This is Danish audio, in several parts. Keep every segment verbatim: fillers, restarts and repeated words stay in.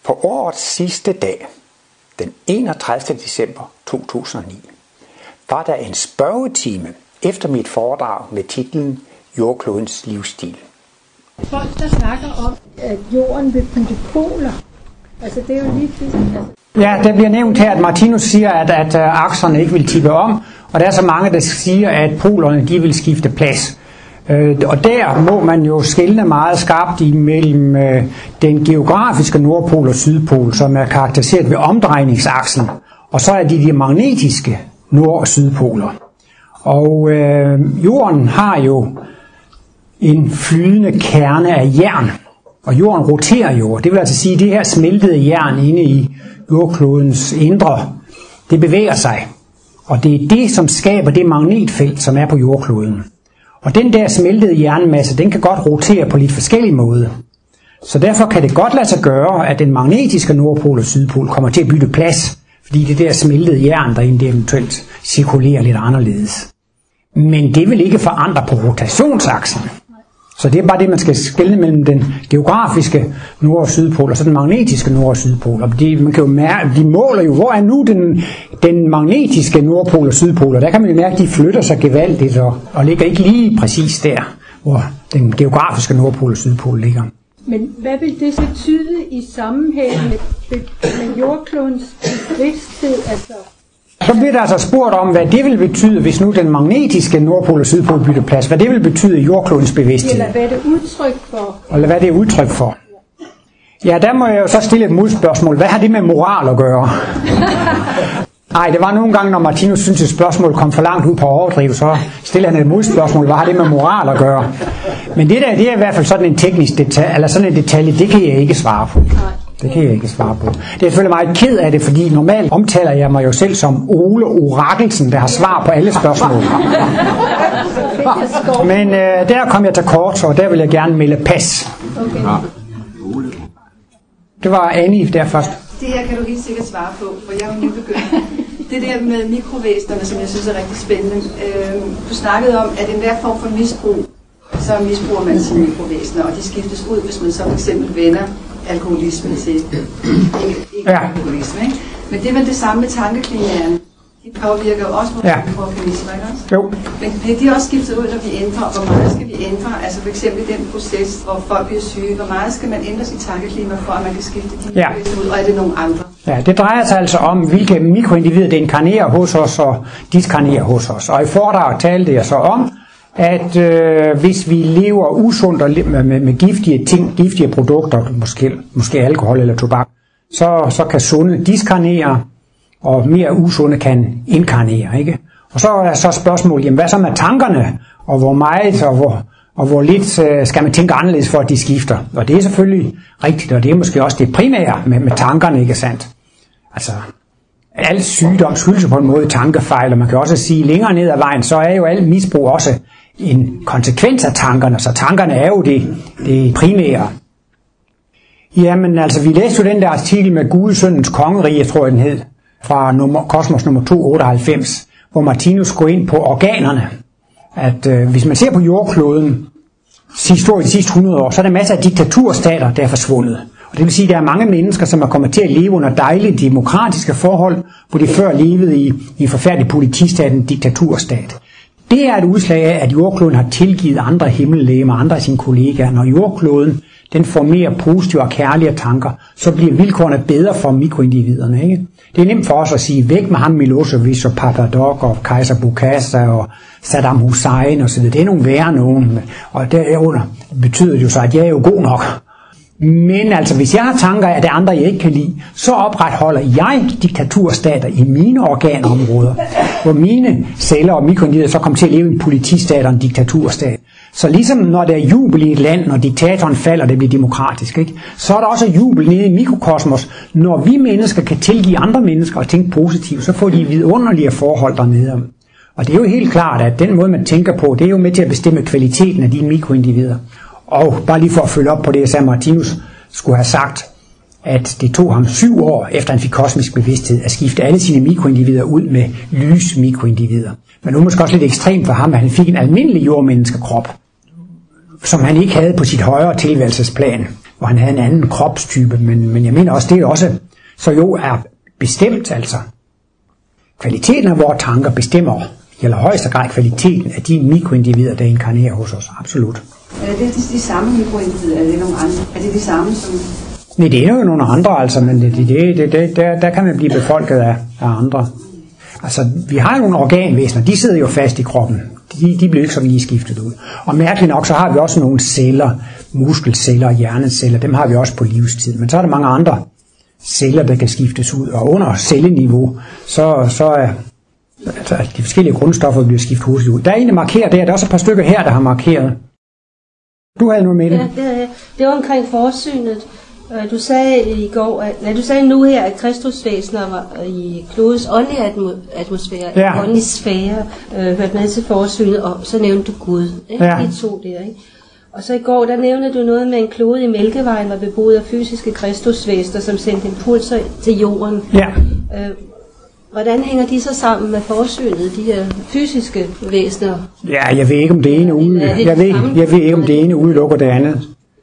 På årets sidste dag, den enogtredivte december to tusind og ni, var der en spørgetime efter mit foredrag med titlen Jordklodens livsstil. Folk, der snakker om, at jorden vil bytte poler, altså det er jo lige fisk. Altså. Ja, det bliver nævnt her, at Martinus siger, at, at akserne ikke vil tippe om, og der er så mange, der siger, at polerne de vil skifte plads. Øh, og der må man jo skelne meget skarpt imellem øh, den geografiske nordpol og sydpol, som er karakteriseret ved omdrejningsaksen, og så er de de magnetiske nord- og sydpoler. Og øh, jorden har jo en flydende kerne af jern, og jorden roterer jo. Det vil altså sige, at det her smeltede jern inde i jordklodens indre, det bevæger sig. Og det er det, som skaber det magnetfelt, som er på jordkloden. Og den der smeltede jernmasse, den kan godt rotere på lidt forskellige måder. Så derfor kan det godt lade sig gøre, at den magnetiske nordpol og sydpol kommer til at bytte plads, fordi det der smeltede jern, der eventuelt cirkulerer lidt anderledes. Men det vil ikke forandre på rotationsaksen. Så det er bare det, man skal skelne mellem den geografiske nord- og sydpol, og så den magnetiske nord- og sydpol. Og det, man kan jo mærke, de måler jo, hvor er nu den, den magnetiske nordpol og sydpol, og der kan man jo mærke, at de flytter sig gevaldigt, og, og ligger ikke lige præcis der, hvor den geografiske nordpol og sydpol ligger. Men hvad vil det betyde i sammenhæng med, med jordklodens bevidsthed, altså? Så bliver der altså spurgt om, hvad det vil betyde, hvis nu den magnetiske nordpol og sydpol bytter plads. Hvad det vil betyde i jordklodens bevidsthed. Eller hvad det er udtryk for. Eller hvad det er udtryk for. Ja, der må jeg jo så stille et modspørgsmål. Hvad har det med moral at gøre? Nej, det var nogle gange, når Martinus synes, at spørgsmål kom for langt ud på overdrive, så stiller han et modspørgsmål. Hvad har det med moral at gøre? Men det der, det er i hvert fald sådan en teknisk detalje, eller sådan en detalje, det kan jeg ikke svare på. Det kan jeg ikke svare på. Det er selvfølgelig meget ked af det, fordi normalt omtaler jeg mig jo selv som Ole Orakelsen, der har svar på alle spørgsmål. Men øh, der kom jeg til kort, og der vil jeg gerne melde pas. Okay. Det var Annie der først. Det her kan du helt sikkert svare på, for jeg er jo nybegynder. Det der med mikrovæsnerne, som jeg synes er rigtig spændende. Øh, du snakkede om, at enhver form for misbrug, så misbruger man sine mikrovæsener, og de skiftes ud, hvis man så for eksempel vender alkoholisme til ikke, ikke ja. alkoholisme. Ikke? Men det er vel det samme med tankeklimaerne. De påvirker jo også vores ja. mikroorganismer, ikke også? Jo. Men bliver de også skiftet ud, når vi ændrer? Hvor meget skal vi ændre? Altså for eksempel den proces, hvor folk bliver syge. Hvor meget skal man ændre sit tankeklima for, at man kan skifte de ja. ud? Og er det nogle andre? Ja, det drejer sig altså om, hvilke mikroindivider det inkarnerer hos os og diskarnerer hos os. Og i foredrag talte jeg så om, at øh, hvis vi lever usundt og med, med, med giftige ting, giftige produkter, måske, måske alkohol eller tobak, så, så kan sunde diskarnere, og mere usunde kan inkarnere, ikke? Og så er så spørgsmålet, jamen hvad så med tankerne, og hvor meget, og hvor, og hvor lidt øh, skal man tænke anderledes for, at de skifter? Og det er selvfølgelig rigtigt, og det er måske også det primære med, med tankerne, ikke sandt? Altså, al sygdom skyldes på en måde tankefejl, og man kan også sige, længere ned ad vejen, så er jo al misbrug også en konsekvens af tankerne, så tankerne er jo det, det primære. Jamen altså, vi læste jo den der artikel med Gudsyndens kongerige, jeg tror den hed, fra nummer, Kosmos nummer to otteoghalvfems, hvor Martinus går ind på organerne. At øh, hvis man ser på jordkloden historie de sidste hundrede år, så er der masser af diktaturstater, der er forsvundet. Og det vil sige, at der er mange mennesker, som er kommet til at leve under dejlige demokratiske forhold, hvor de før levede i, i en forfærdelig politistat, en diktaturstat. Det er et udslag af, at jordkloden har tilgivet andre himmellegemer, andre af sine kollegaer. Når jordkloden den får mere positive og kærlige tanker, så bliver vilkårene bedre for mikroindividerne. Ikke? Det er nemt for os at sige, væk med ham Milosevic og Papadok og Kejser Bokassa og Saddam Hussein osv. Det er nogle værre nogen, og derunder betyder det jo så, at jeg er jo god nok. Men altså, hvis jeg har tanker af, at det andre, jeg ikke kan lide, så opretholder jeg diktaturstater i mine organområder, hvor mine celler og mikroindivider så kommer til at leve i en politistat og en diktaturstat. Så ligesom når der er jubel i et land, når diktatoren falder, det bliver demokratisk, ikke? Så er der også jubel nede i mikrokosmos. Når vi mennesker kan tilgive andre mennesker og tænke positivt, så får de vidunderlige forhold dernede. Og det er jo helt klart, at den måde, man tænker på, det er jo med til at bestemme kvaliteten af de mikroindivider. Og bare lige for at følge op på det, jeg sagde, Martinus skulle have sagt, at det tog ham syv år, efter han fik kosmisk bevidsthed, at skifte alle sine mikroindivider ud med lysmikroindivider. Men nu måske også lidt ekstremt for ham, at han fik en almindelig jordmenneskekrop, som han ikke havde på sit højere tilværelsesplan. hvor han havde en anden kropstype, men, men jeg mener også, det er også, så jo er bestemt altså. Kvaliteten af vores tanker bestemmer i allerhøjeste grad kvaliteten af de mikroindivider, der inkarnerer hos os. Absolut. Er det de, de samme mikroindivider, eller er det nogle andre? Er det de samme som... Nej, det er jo nogle andre, altså, men det, det, det, det, der, der kan man blive befolket af, af andre. Altså, vi har jo nogle organvæsener, de sidder jo fast i kroppen. De, de bliver ikke sådan lige skiftet ud. Og mærkeligt nok, så har vi også nogle celler, muskelceller og hjerneceller, dem har vi også på livstid. Men så er der mange andre celler, der kan skiftes ud, og under celleniveau, så, så er altså, de forskellige grundstoffer bliver skiftet hurtigt ud. Der er en, der markerer der, der er også et par stykker her, der har markeret. Du havde noget med det? Ja, det, det var omkring forsynet. Du sagde i går, at, nej, du sagde nu her, at kristusvæsener var i klodens åndelige atmosfære, ja. åndelige sfære, øh, hørte med til forsynet, og så nævnte du Gud. Ikke? Ja. De to der, ikke? Og så i går, der nævnte du noget med en klode i Mælkevejen, var beboet af fysiske kristusvæsener, som sendte impulser til jorden. Ja. Øh, hvordan hænger de så sammen med forsynet, de her fysiske væsener? Ja, jeg ved ikke, om det ene ude, jeg ved, jeg ved ikke, om det ene udelukker det andet.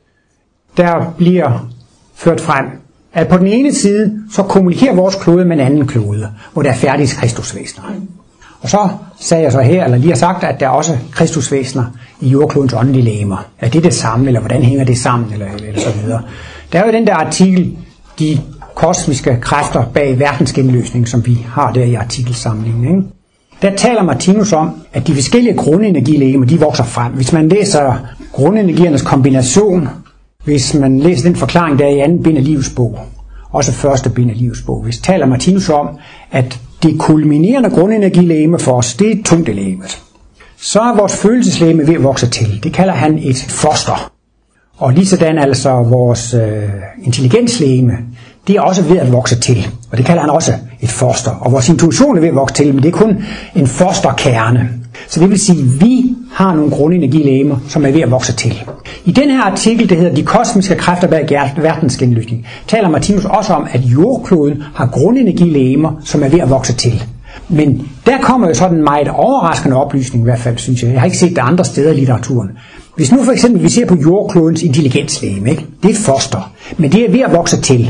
Der bliver ført frem, at på den ene side, så kommunikerer vores klode med en anden klode, hvor der er færdige kristusvæsener. Og så sagde jeg så her, eller lige har sagt, at der er også kristusvæsener i jordklodens åndelige legemer. Er det det samme, eller hvordan hænger det sammen, eller, eller så videre. Der er jo den der artikel, de kosmiske kræfter bag verdensgenløsning, som vi har der i artikelsamlingen, ikke? Der taler Martinus om, at de forskellige grundenergilegemer, de vokser frem. Hvis man læser grundenergiernes kombination, hvis man læser den forklaring, der er i anden bind af livets bog, også første bind af livets bog, hvis taler Martinus om, at det kulminerende grundenergilegeme for os, det er tyngdelegemet. Så er vores følelseslegeme ved at vokse til. Det kalder han et foster. Og lige sådan altså vores øh, intelligenslegeme, det er også ved at vokse til. Og det kalder han også et foster. Og vores intuition er ved at vokse til, men det er kun en fosterkerne. Så det vil sige, at vi har nogle grundenergilegemer, som er ved at vokse til. I den her artikel, der hedder De kosmiske kræfter bag verdensgenløsning, taler Martinus også om, at jordkloden har grundenergilegemer, som er ved at vokse til. Men der kommer jo sådan en meget overraskende oplysning, i hvert fald synes jeg. Jeg har ikke set det andre steder i litteraturen. Hvis nu for eksempel vi ser på jordklodens intelligenslegeme, ikke? Det er et foster, men det er ved at vokse til.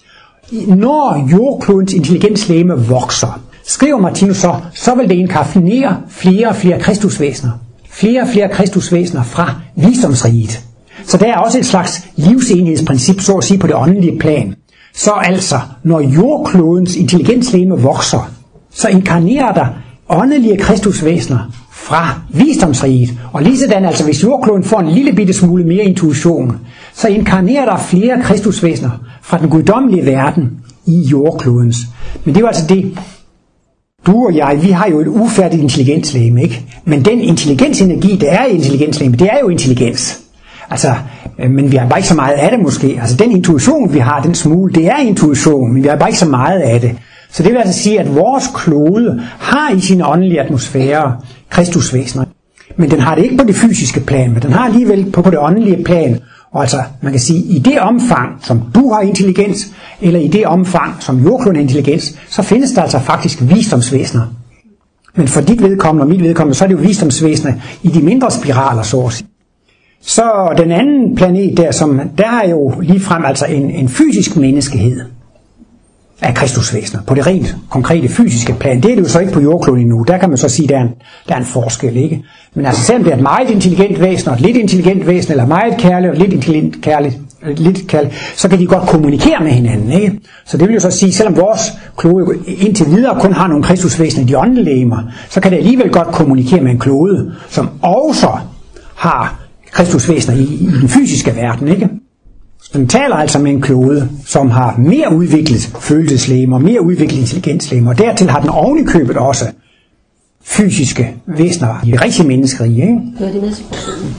Når jordklodens intelligenslegeme vokser, skriver Martinus så, så vil det inkarnere flere og flere kristusvæsener. Flere og flere kristusvæsener fra visdomsriget. Så der er også et slags livsenhedsprincip, så at sige, på det åndelige plan. Så altså, når jordklodens intelligenslegeme vokser, så inkarnerer der åndelige kristusvæsener fra visdomsriget. Og lige sådan, altså hvis jordkloden får en lille bitte smule mere intuition, så inkarnerer der flere kristusvæsener fra den guddommelige verden i jordklodens. Men det er jo altså det, du og jeg, vi har jo et ufærdigt intelligenslegeme, ikke? Men den intelligensenergi, der er i intelligenslegeme, det er jo intelligens. Altså, men vi har bare ikke så meget af det måske. Altså den intuition, vi har, den smule, det er intuition, men vi har bare ikke så meget af det. Så det vil altså sige, at vores klode har i sin åndelige atmosfære kristusvæsener. Men den har det ikke på det fysiske plan, men den har alligevel på, på det åndelige plan. Og altså, man kan sige, i det omfang, som du har intelligens, eller i det omfang, som jordkloden har intelligens, så findes der altså faktisk visdomsvæsener. Men for dit vedkommende og mit vedkommende, så er det jo visdomsvæsener i de mindre spiraler, så at sige. Så den anden planet der, som, der er jo ligefrem altså en, en fysisk menneskehed af kristusvæsener, på det rent konkrete fysiske plan. Det er det jo så ikke på jordkloden endnu. Der kan man så sige, at der er en, der er en forskel, ikke? Men altså selvom det er et meget intelligent væsen, og et lidt intelligent væsen, eller meget kærligt, og lidt intelligent kærligt, lidt kærligt, så kan de godt kommunikere med hinanden, ikke? Så det vil jo så sige, selvom vores klode indtil videre kun har nogle kristusvæsener i de åndelegemer, så kan det alligevel godt kommunikere med en klode, som også har kristusvæsener i, i den fysiske verden, ikke? Den taler altså med en klode, som har mere udviklet følelseslegemer, mere udviklet intelligenslegemer, og dertil har den ovenikøbet også fysiske væsener i rigtig menneskerige, ikke? Hører det med til forsynet?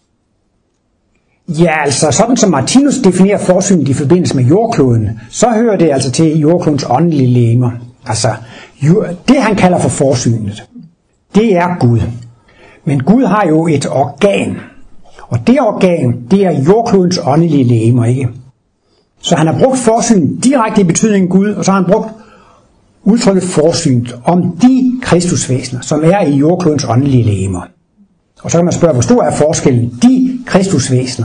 Ja, altså sådan som Martinus definerer forsynet i forbindelse med jordkloden, så hører det altså til jordklodens åndelige legemer. Altså, det han kalder for forsynet, det er Gud. Men Gud har jo et organ, og det organ, det er jordklodens åndelige legemer, ikke? Så han har brugt forsyn direkte i betydningen Gud, og så har han brugt udtrykket forsynet om de kristusvæsener, som er i jordklodens åndelige legemer. Og så kan man spørge, hvor stor er forskellen? De kristusvæsener,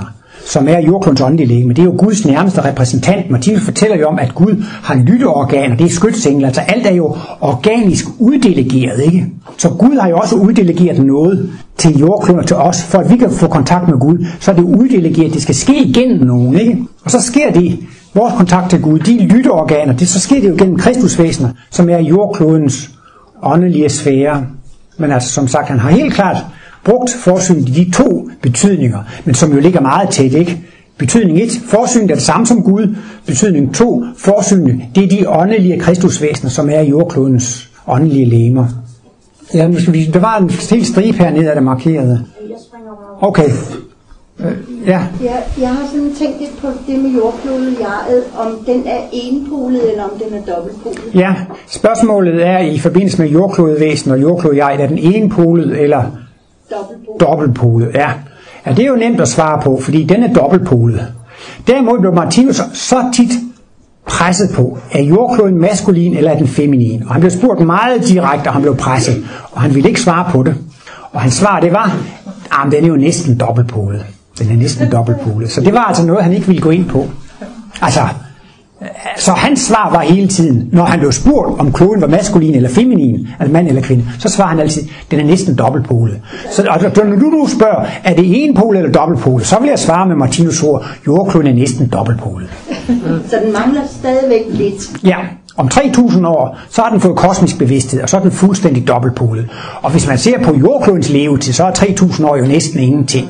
som er jordklodens åndelige legeme. Det er jo Guds nærmeste repræsentant. Martinus fortæller jo om, at Gud har lytteorganer, det er skytsengel, altså alt er jo organisk uddelegeret, ikke? Så Gud har jo også uddelegeret noget til jordkloden og til os, for at vi kan få kontakt med Gud, så er det uddelegeret, det skal ske igennem nogen, ikke? Og så sker det, vores kontakt til Gud, de lytteorganer, det, så sker det jo gennem Kristusvæsener, som er jordklodens åndelige sfære. Men altså, som sagt, han har helt klart brugt forsynet i de to betydninger, men som jo ligger meget tæt, ikke? Betydning et, forsynet er det samme som Gud. Betydning to, forsynet, det er de åndelige kristusvæsener, som er jordklodens åndelige legemer. Ja, nu skal vi, der var en helt stribe hernede af det markerede. Okay. Øh, ja. ja. Jeg har sådan tænkt lidt på det med jordkloden, jeget, om den er enpolet, eller om den er dobbeltpolet. Ja, spørgsmålet er i forbindelse med jordklodvæsen og jordklodjeget, er den enpolet eller dobbeltpolet? Dobbeltpolet, ja. Ja, det er jo nemt at svare på, fordi den er dobbeltpolet. Derimod blev Martinus så tit presset på, er jordkloden maskulin eller er den feminin? Og han blev spurgt meget direkte, og han blev presset, og han ville ikke svare på det. Og hans svar, det var, at den er jo næsten dobbeltpolet. Den er næsten dobbeltpolet. Så det var altså noget, han ikke ville gå ind på. Altså, så hans svar var hele tiden, når han blev spurgt, om kloden var maskulin eller feminin, altså mand eller kvinde, så svarer han altid, den er næsten dobbeltpolet. Så og når du nu spørger, er det enpolet eller dobbeltpolet, så vil jeg svare med Martinus ord, jordkloden er næsten dobbeltpolet. Så den mangler stadigvæk lidt. Ja, om tre tusind år, så har den fået kosmisk bevidsthed, og så er den fuldstændig dobbeltpolet. Og hvis man ser på jordklodens levetid, så er tre tusind år jo næsten ingenting.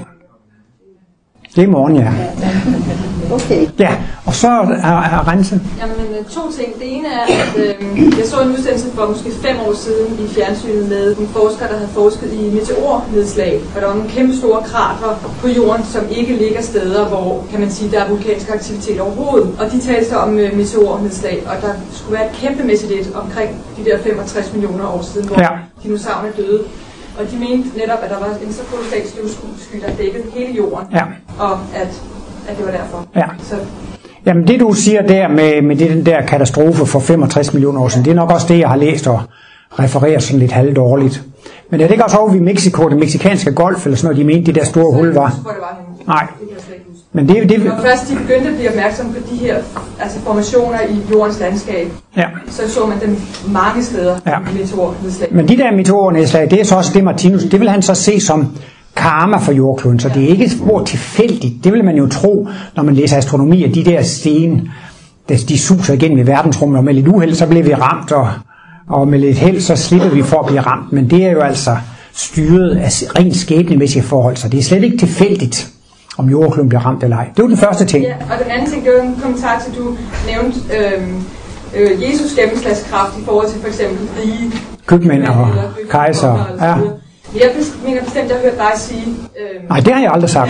Det er morgen, ja. Okay. Ja, og så er, er Rense. Jamen, to ting. Det ene er, at øh, jeg så en udsendelse for måske fem år siden i fjernsynet med en forsker, der havde forsket i meteornedslag. Og der var nogle kæmpe store krater på jorden, som ikke ligger steder, hvor, kan man sige, der er vulkansk aktivitet overhovedet. Og de talte om øh, meteornedslag, og der skulle være et kæmpemæssigt et omkring de der femogtres millioner år siden, hvor ja. dinosaurerne døde. Og de mente netop, at der var en så kolossal støvsky, der dækkede hele jorden. Ja. Og at at det var derfor. Ja. Så. Jamen det du siger der med, med det, den der katastrofe for femogtres millioner år siden, det er nok også det, jeg har læst og refereret sådan lidt halvdårligt. Men er det ikke også over i Mexico, det mexikanske golf, eller sådan noget, de mente, det der store hul var? Det var Nej. Men det, det, Når først de begyndte at blive opmærksomme på de her altså formationer i jordens landskab, ja. så så man dem mange steder ja. i meteornedslag. Men de der meteornedslag, det er så også det Martinus, det vil han så se som karma for jordkloden, så det er ikke spor tilfældigt. Det vil man jo tro, når man læser astronomi, at de der sten, de suser igennem i verdensrummet, og med lidt uheld, så bliver vi ramt, og, og med lidt held, så slipper vi for at blive ramt. Men det er jo altså styret af rent skæbnemæssige forhold, så det er slet ikke tilfældigt, om jordkloden bliver ramt eller ej. Det var den første ting. Ja, og den anden ting, det var en kommentar til, du nævnte øh, øh, Jesus gennemslagskraft i forhold til for eksempel rige købmænd og kejser. Ja. Jeg mener bestemt, jeg har hørt dig sige... Øh, Nej, det har jeg aldrig sagt.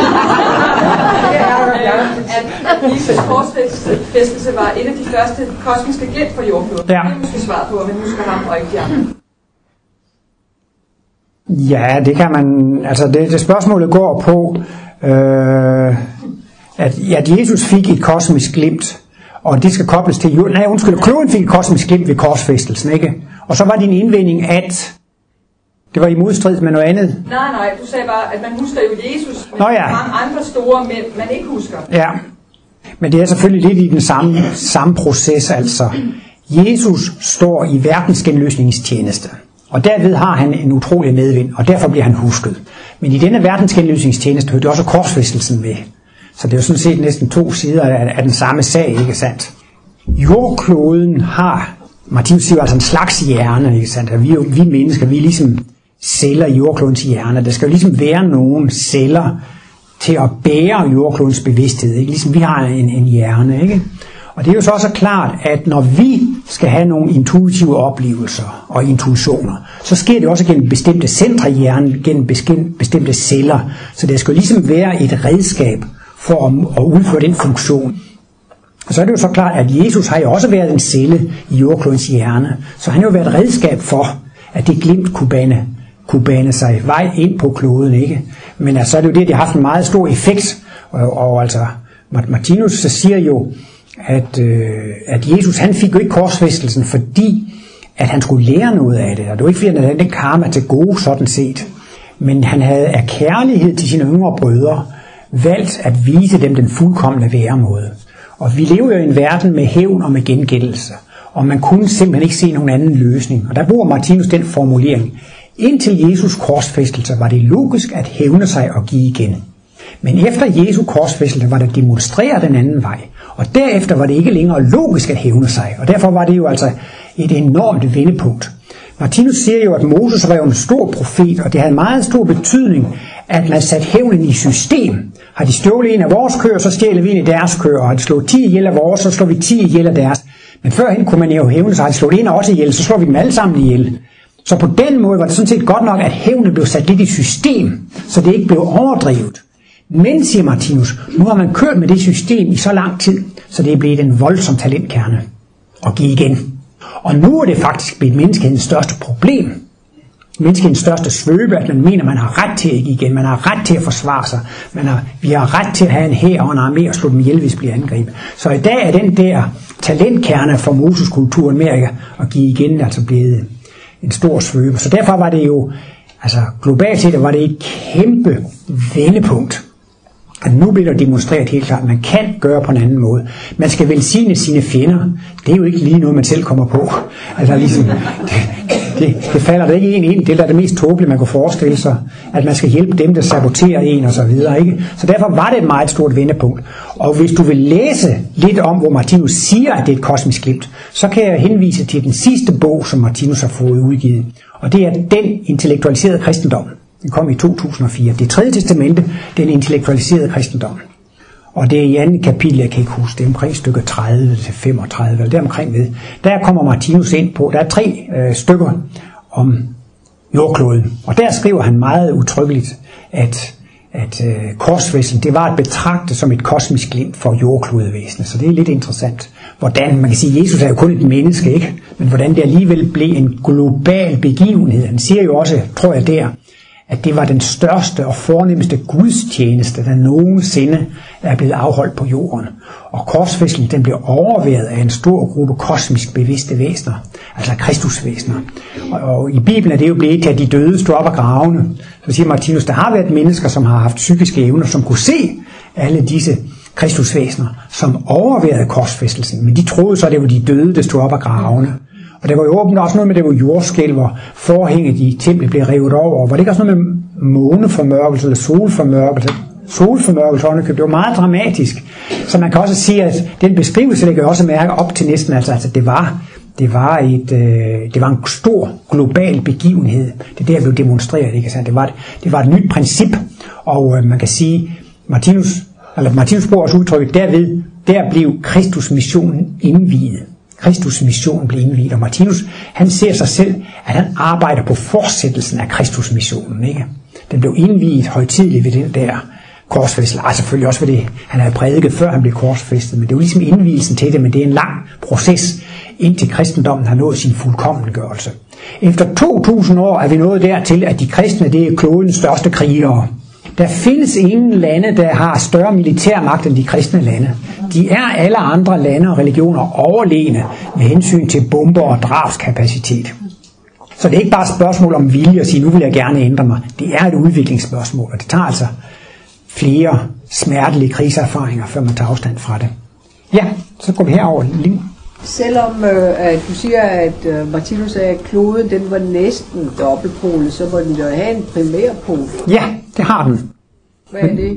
at Jesus korsfæstelse var et af de første kosmiske glimt for jordkloden. Ja. Det er måske svaret på, men husker ham og ikke de andre. Ja, det kan man... Altså, det, det spørgsmålet går på, øh, at, at Jesus fik et kosmisk glimt, og det skal kobles til jorden. Nej, undskyld, kloden fik et kosmisk glimt ved korsfæstelsen, ikke? Og så var din indvending, at... Det var i modstrid med noget andet. Nej, nej, du sagde bare, at man husker jo Jesus, men Nå, ja. mange andre store mænd, man ikke husker. Ja, men det er selvfølgelig lidt i den samme, samme proces, altså. Jesus står i verdensgenløsningens tjeneste, og derved har han en utrolig medvind, og derfor bliver han husket. Men i denne verdensgenløsningens tjeneste hører det også korsfæstelsen med. Så det er jo sådan set næsten to sider af, af den samme sag, ikke sandt? Jordkloden har, Martinus siger altså en slags hjerne, ikke sandt? Vi, er jo, vi mennesker, vi er ligesom celler i jordklodens hjerne. Der skal jo ligesom være nogle celler til at bære jordklodens bevidsthed, ikke? Ligesom vi har en, en hjerne, ikke? Og det er jo så også klart, at når vi skal have nogle intuitive oplevelser og intuitioner, så sker det også gennem bestemte centre i hjernen, gennem bestemte celler. Så der skal jo ligesom være et redskab for at, at udføre den funktion. Og så er det jo så klart, at Jesus har jo også været en celle i jordklodens hjerne, så han har jo været et redskab for, at det glimt kunne bane, kunne bane sig vej ind på kloden, ikke? Men altså, så er det jo det, det har haft en meget stor effekt, og, og altså, Martinus siger jo, at, øh, at Jesus, han fik jo ikke korsfæstelsen, fordi at han skulle lære noget af det, og det var ikke fordi, han havde den karma til gode, sådan set, men han havde af kærlighed til sine yngre brødre valgt at vise dem den fuldkomne væremåde. Og vi lever jo i en verden med hævn og med gengældelse, og man kunne simpelthen ikke se nogen anden løsning. Og der bruger Martinus den formulering: indtil Jesus korsfæstelse var det logisk at hævne sig og give igen. Men efter Jesu korsfæstelse var det demonstreret den anden vej, og derefter var det ikke længere logisk at hævne sig, og derfor var det jo altså et enormt vendepunkt. Martinus siger jo, at Moses var jo en stor profet, og det havde meget stor betydning, at man satte hævnen i system. Har de stjålet en af vores køer, så stjæler vi en af deres køer, og har de slået ti ihjel af vores, så slår vi ti ihjel af deres. Men førhen kunne man jo hævne sig, har de slået en af os ihjel, så slår vi dem alle sammen ihjel. Så på den måde var det sådan set godt nok, at hævnen blev sat lidt i system, så det ikke blev overdrevet. Men, siger Martinus, nu har man kørt med det system i så lang tid, så det er blevet en voldsom talentkerne at give igen. Og nu er det faktisk blevet menneskehedens største problem. Menneskehedens største svøbe, at man mener, man har ret til at give igen. Man har ret til at forsvare sig. Man har, vi har ret til at have en hær og en armé og slå dem ihjel, hvis de bliver angrebet. Så i dag er den der talentkerne for Moses-kulturen med at give igen, altså blevet en stor svøbe. Så derfor var det jo, altså globalt set, var det et kæmpe vendepunkt. Og nu bliver der demonstreret helt klart, at man kan gøre på en anden måde. Man skal velsigne sine fjender. Det er jo ikke lige noget, man selv kommer på. Altså ligesom, det, det, det falder der ikke en ind. Det er det mest tåbelige, man kunne forestille sig. At man skal hjælpe dem, der saboterer en og så videre. Ikke? Så derfor var det et meget stort vendepunkt. Og hvis du vil læse lidt om, hvor Martinus siger, at det er et kosmisk glimt, så kan jeg henvise til den sidste bog, som Martinus har fået udgivet. Og det er Den intellektualiserede kristendom. Den kom i to tusind og fire. Det tredje testamente, den intellektualiserede kristendom. Og det er i andet kapitel, jeg kan ikke huske, det er omkring stykke tredive til femogtredive, eller der omkring med. Der kommer Martinus ind på, der er tre øh, stykker om jordkloden. Og der skriver han meget udtrykkeligt, at, at øh, korsfæstelsen, det var at betragte som et kosmisk glimt for jordklodevæsenet. Så det er lidt interessant, hvordan, man kan sige, Jesus er jo kun et menneske, ikke? Men hvordan det alligevel blev en global begivenhed. Han siger jo også, tror jeg der, at det var den største og fornemmeste gudstjeneste, der nogensinde er blevet afholdt på jorden. Og korsfæstelsen, den blev overværet af en stor gruppe kosmisk bevidste væsener, altså kristusvæsener. Og, og i Bibelen er det jo blevet til, at de døde stod op af gravene. Så siger Martinus, der har været mennesker, som har haft psykiske evner, som kunne se alle disse kristusvæsener, som overværede korsfæstelsen. Men de troede så, at det var de døde, der stod op af gravene. Og der var jo åbent også noget med, det var jordskælv, hvor forhænget i templet blev revet over. Var det ikke også noget med måneformørkelse eller solformørkelse? Solformørkelse, det var meget dramatisk. Så man kan også sige, at den beskrivelse, det kan også mærke op til næsten, altså, altså det var, det var et, øh, det var en stor global begivenhed. Det der blev demonstreret, ikke sandt? Det var et, det var et nyt princip, og øh, man kan sige, Martinus, eller Martinus bruger også udtrykket, derved, der blev Kristus missionen indviet. Kristus mission blev indviet, og Martinus, han ser sig selv, at han arbejder på fortsættelsen af Kristus missionen, ikke? Den blev indviet højtideligt ved den der korsfæstel. Altså selvfølgelig også ved det, han havde prædiket før han blev korsfæstet, men det var ligesom indvielsen til det, men det er en lang proces, indtil kristendommen har nået sin fuldkommengørelse. Efter to tusind år er vi nået dertil, at de kristne, det er klodens største krigere. Der findes ingen lande, der har større militærmagt end de kristne lande. De er alle andre lande og religioner overlegne med hensyn til bomber og drabskapacitet. Så det er ikke bare et spørgsmål om vilje at sige, nu vil jeg gerne ændre mig. Det er et udviklingsspørgsmål, og det tager altså flere smertelige krigserfaringer, før man tager afstand fra det. Ja, så går vi herover. Selvom øh, at du siger, at øh, Martinus sagde, at kloden den var næsten dobbeltpolet, så må den jo have en primærpol. Ja, det har den. Hvad er det?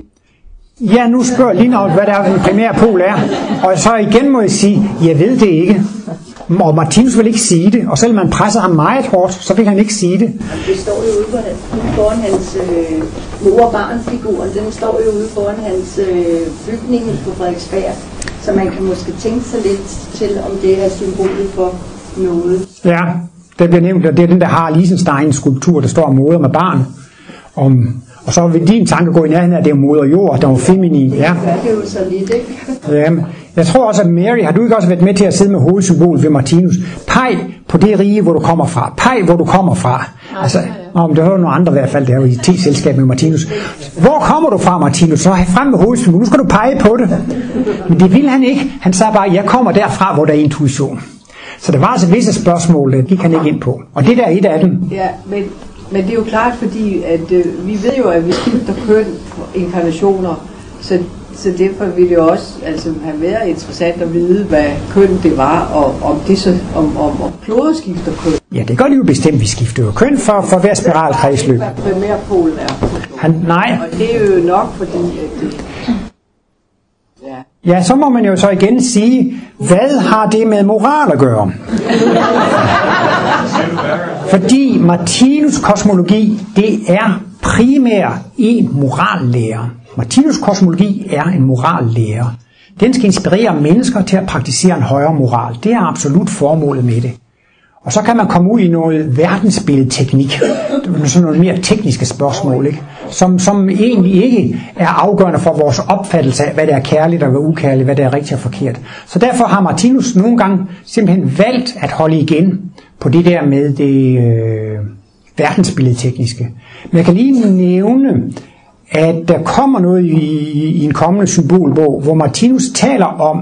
Ja, nu spørger Lina, hvad der er, den primærpol er. Og så igen må jeg sige, jeg ved det ikke. Og Martinus vil ikke sige det, og selvom man presser ham meget hårdt, så vil han ikke sige det. Det står jo ude foran hans øh, mor- og barnfiguren, den står jo ude foran hans øh, bygning på Frederiksberg, så man kan måske tænke sig lidt til, om det er symbolet for noget. Ja, det bliver nævnt, og det er den der Harald Liechtenstein-skulptur, der står om moder med barn. Om, og så vil din tanke gå i nærheden af, at det er moder jord, der er feminin. Ja. Det gør det jo så lidt, ikke? Ja, jeg tror også, at Mary, har du ikke også været med til at sidde med hovedsymbol ved Martinus? Peg på det rige, hvor du kommer fra. Peg, hvor du kommer fra. Ja, altså, om det hører nogle andre i hvert fald, der er jo i te-selskab med Martinus. Hvor kommer du fra, Martinus? Så frem med hovedsymbol. Nu skal du pege på det. Men det ville han ikke. Han sagde bare, jeg kommer derfra, hvor der er intuition. Så der var altså visse spørgsmål, det gik han ikke ind på. Og det der er et af dem. Ja, men, men det er jo klart, fordi at, øh, vi ved jo, at vi skifter køn, inkarnationer, Så, så derfor ville det også altså, have været interessant at vide, hvad køn det var, og om det så, om, om, om kloder skifter køn. Ja, det gør de jo bestemt, vi skifter jo køn for, for hver spiralkredsløb. Hvad primærpolen er. Han, nej. Og det er jo nok, fordi at det... Ja. Ja, så må man jo så igen sige, hvad har det med moral at gøre? Fordi Martinus kosmologi, det er primært en morallære. Martinus kosmologi er en morallære. Den skal inspirere mennesker til at praktisere en højere moral. Det er absolut formålet med det. Og så kan man komme ud i noget verdensbilledteknik, sådan nogle mere tekniske spørgsmål, ikke? Som, som egentlig ikke er afgørende for vores opfattelse af, hvad der er kærligt og hvad ukærligt, hvad der er rigtigt og forkert. Så derfor har Martinus nogle gange simpelthen valgt at holde igen på det der med det øh, verdensbilledtekniske. Men jeg kan lige nævne, at der kommer noget i, i en kommende symbolbog, hvor Martinus taler om,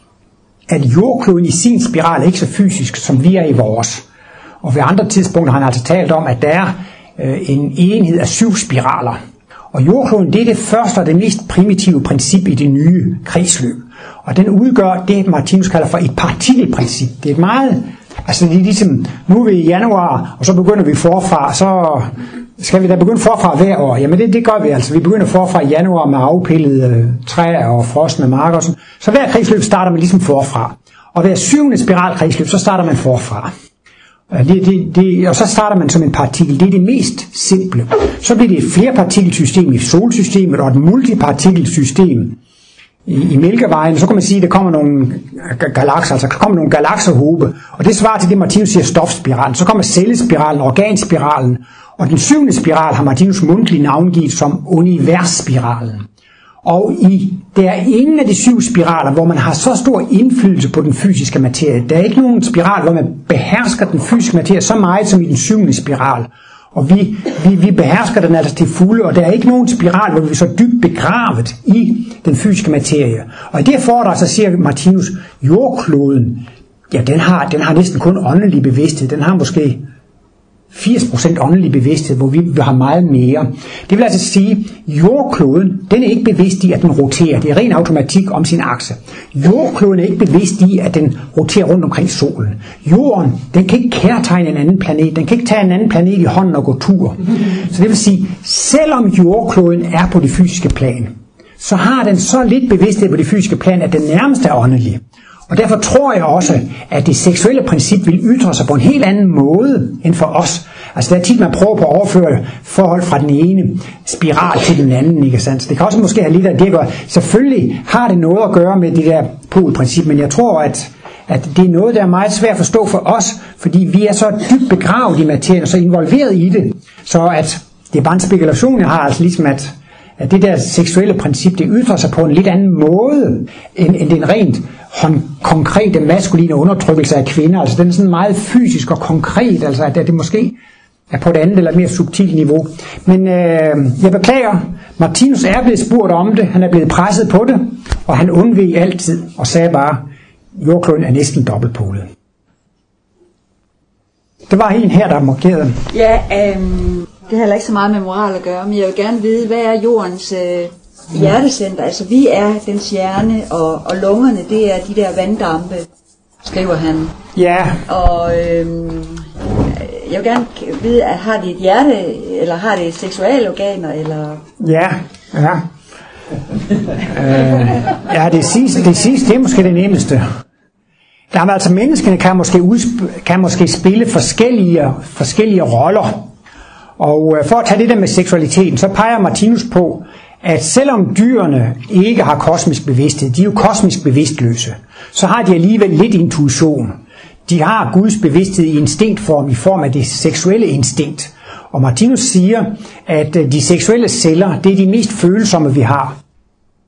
at jordkloden i sin spiral er ikke så fysisk, som vi er i vores. Og ved andre tidspunkter har han altså talt om, at der er øh, en enhed af syv spiraler. Og jordkloden, det er det første og det mest primitive princip i det nye kredsløb. Og den udgør det, Martinus kalder for et partikelprincip. Det er et meget, altså det er ligesom, nu er vi i januar, og så begynder vi forfra, så skal vi da begynde forfra hver år? Jamen det, det gør vi altså. Vi begynder forfra i januar med afpillede øh, træer og frosne marker og sådan. Så hver kredsløb starter man ligesom forfra. Og hver syvende spiralkredsløb, så starter man forfra. Det, det, det, og så starter man som en partikel. Det er det mest simple. Så bliver det et flerpartikelsystem i solsystemet og et multipartikelsystem i, i Mælkevejen. Så kan man sige, at der kommer nogle galakser, altså der kommer nogle galakserhobe. Og det svarer til det, Martinus siger stofspiralen. Så kommer cellespiralen, organspiralen. Og den syvende spiral har Martinus mundtligt navngivet som universspiralen. Og i, der er ingen af de syv spiraler, hvor man har så stor indflydelse på den fysiske materie. Der er ikke nogen spiral, hvor man behersker den fysiske materie så meget som i den syvende spiral. Og vi, vi, vi behersker den altså til fulde, og der er ikke nogen spiral, hvor vi er så dybt begravet i den fysiske materie. Og i det foredrag, så siger Martinus, jordkloden, ja, den har, den har næsten kun åndelig bevidsthed. Den har måske firs procent åndelig bevidsthed, hvor vi vil have meget mere. Det vil altså sige, at jordkloden, den er ikke bevidst i, at den roterer. Det er ren automatik om sin akse. Jordkloden er ikke bevidst i, at den roterer rundt omkring solen. Jorden, den kan ikke kærtegne en anden planet. Den kan ikke tage en anden planet i hånden og gå tur. Så det vil sige, selvom jordkloden er på det fysiske plan, så har den så lidt bevidsthed på det fysiske plan, at den nærmest er åndelig. Og derfor tror jeg også, at det seksuelle princip vil ytre sig på en helt anden måde end for os. Altså der er tit, man prøver på at overføre forhold fra den ene spiral til den anden, ikke sandt? Så det kan også måske have lidt af det at gøre. Selvfølgelig har det noget at gøre med det der polprincip, men jeg tror, at, at det er noget, der er meget svært at forstå for os, fordi vi er så dybt begravet i materien og så involveret i det, så at det er bare en spekulation, jeg har, altså ligesom at, at det der seksuelle princip, det ytrer sig på en lidt anden måde, end, end den rent konkrete maskuline undertrykkelse af kvinder. Altså den er sådan meget fysisk og konkret, altså at det måske er på et andet eller et mere subtilt niveau. Men øh, jeg beklager, Martinus er blevet spurgt om det, han er blevet presset på det, og han undveg altid og sagde bare, jordkloden er næsten dobbeltpolet. Det var en her, der markerede. Ja, øh, det har heller ikke så meget med moral at gøre, men jeg vil gerne vide, hvad er jordens øh, hjertecenter? Altså vi er dens hjerne, og, og lungerne, det er de der vanddampe, skriver han. Ja. Og øh, jeg vil gerne vide, har det et hjerte, eller har det seksuelle organer, eller... Ja, ja. øh, ja, det sidste, det sidste, det er måske det nemmeste. Der er altså, menneskene kan måske, udsp- kan måske spille forskellige, forskellige roller. Og for at tage det der med seksualiteten, så peger Martinus på, at selvom dyrene ikke har kosmisk bevidsthed, de er jo kosmisk bevidstløse, så har de alligevel lidt intuition. De har Guds bevidsthed i instinktform, i form af det seksuelle instinkt. Og Martinus siger, at de seksuelle celler, det er de mest følsomme, vi har.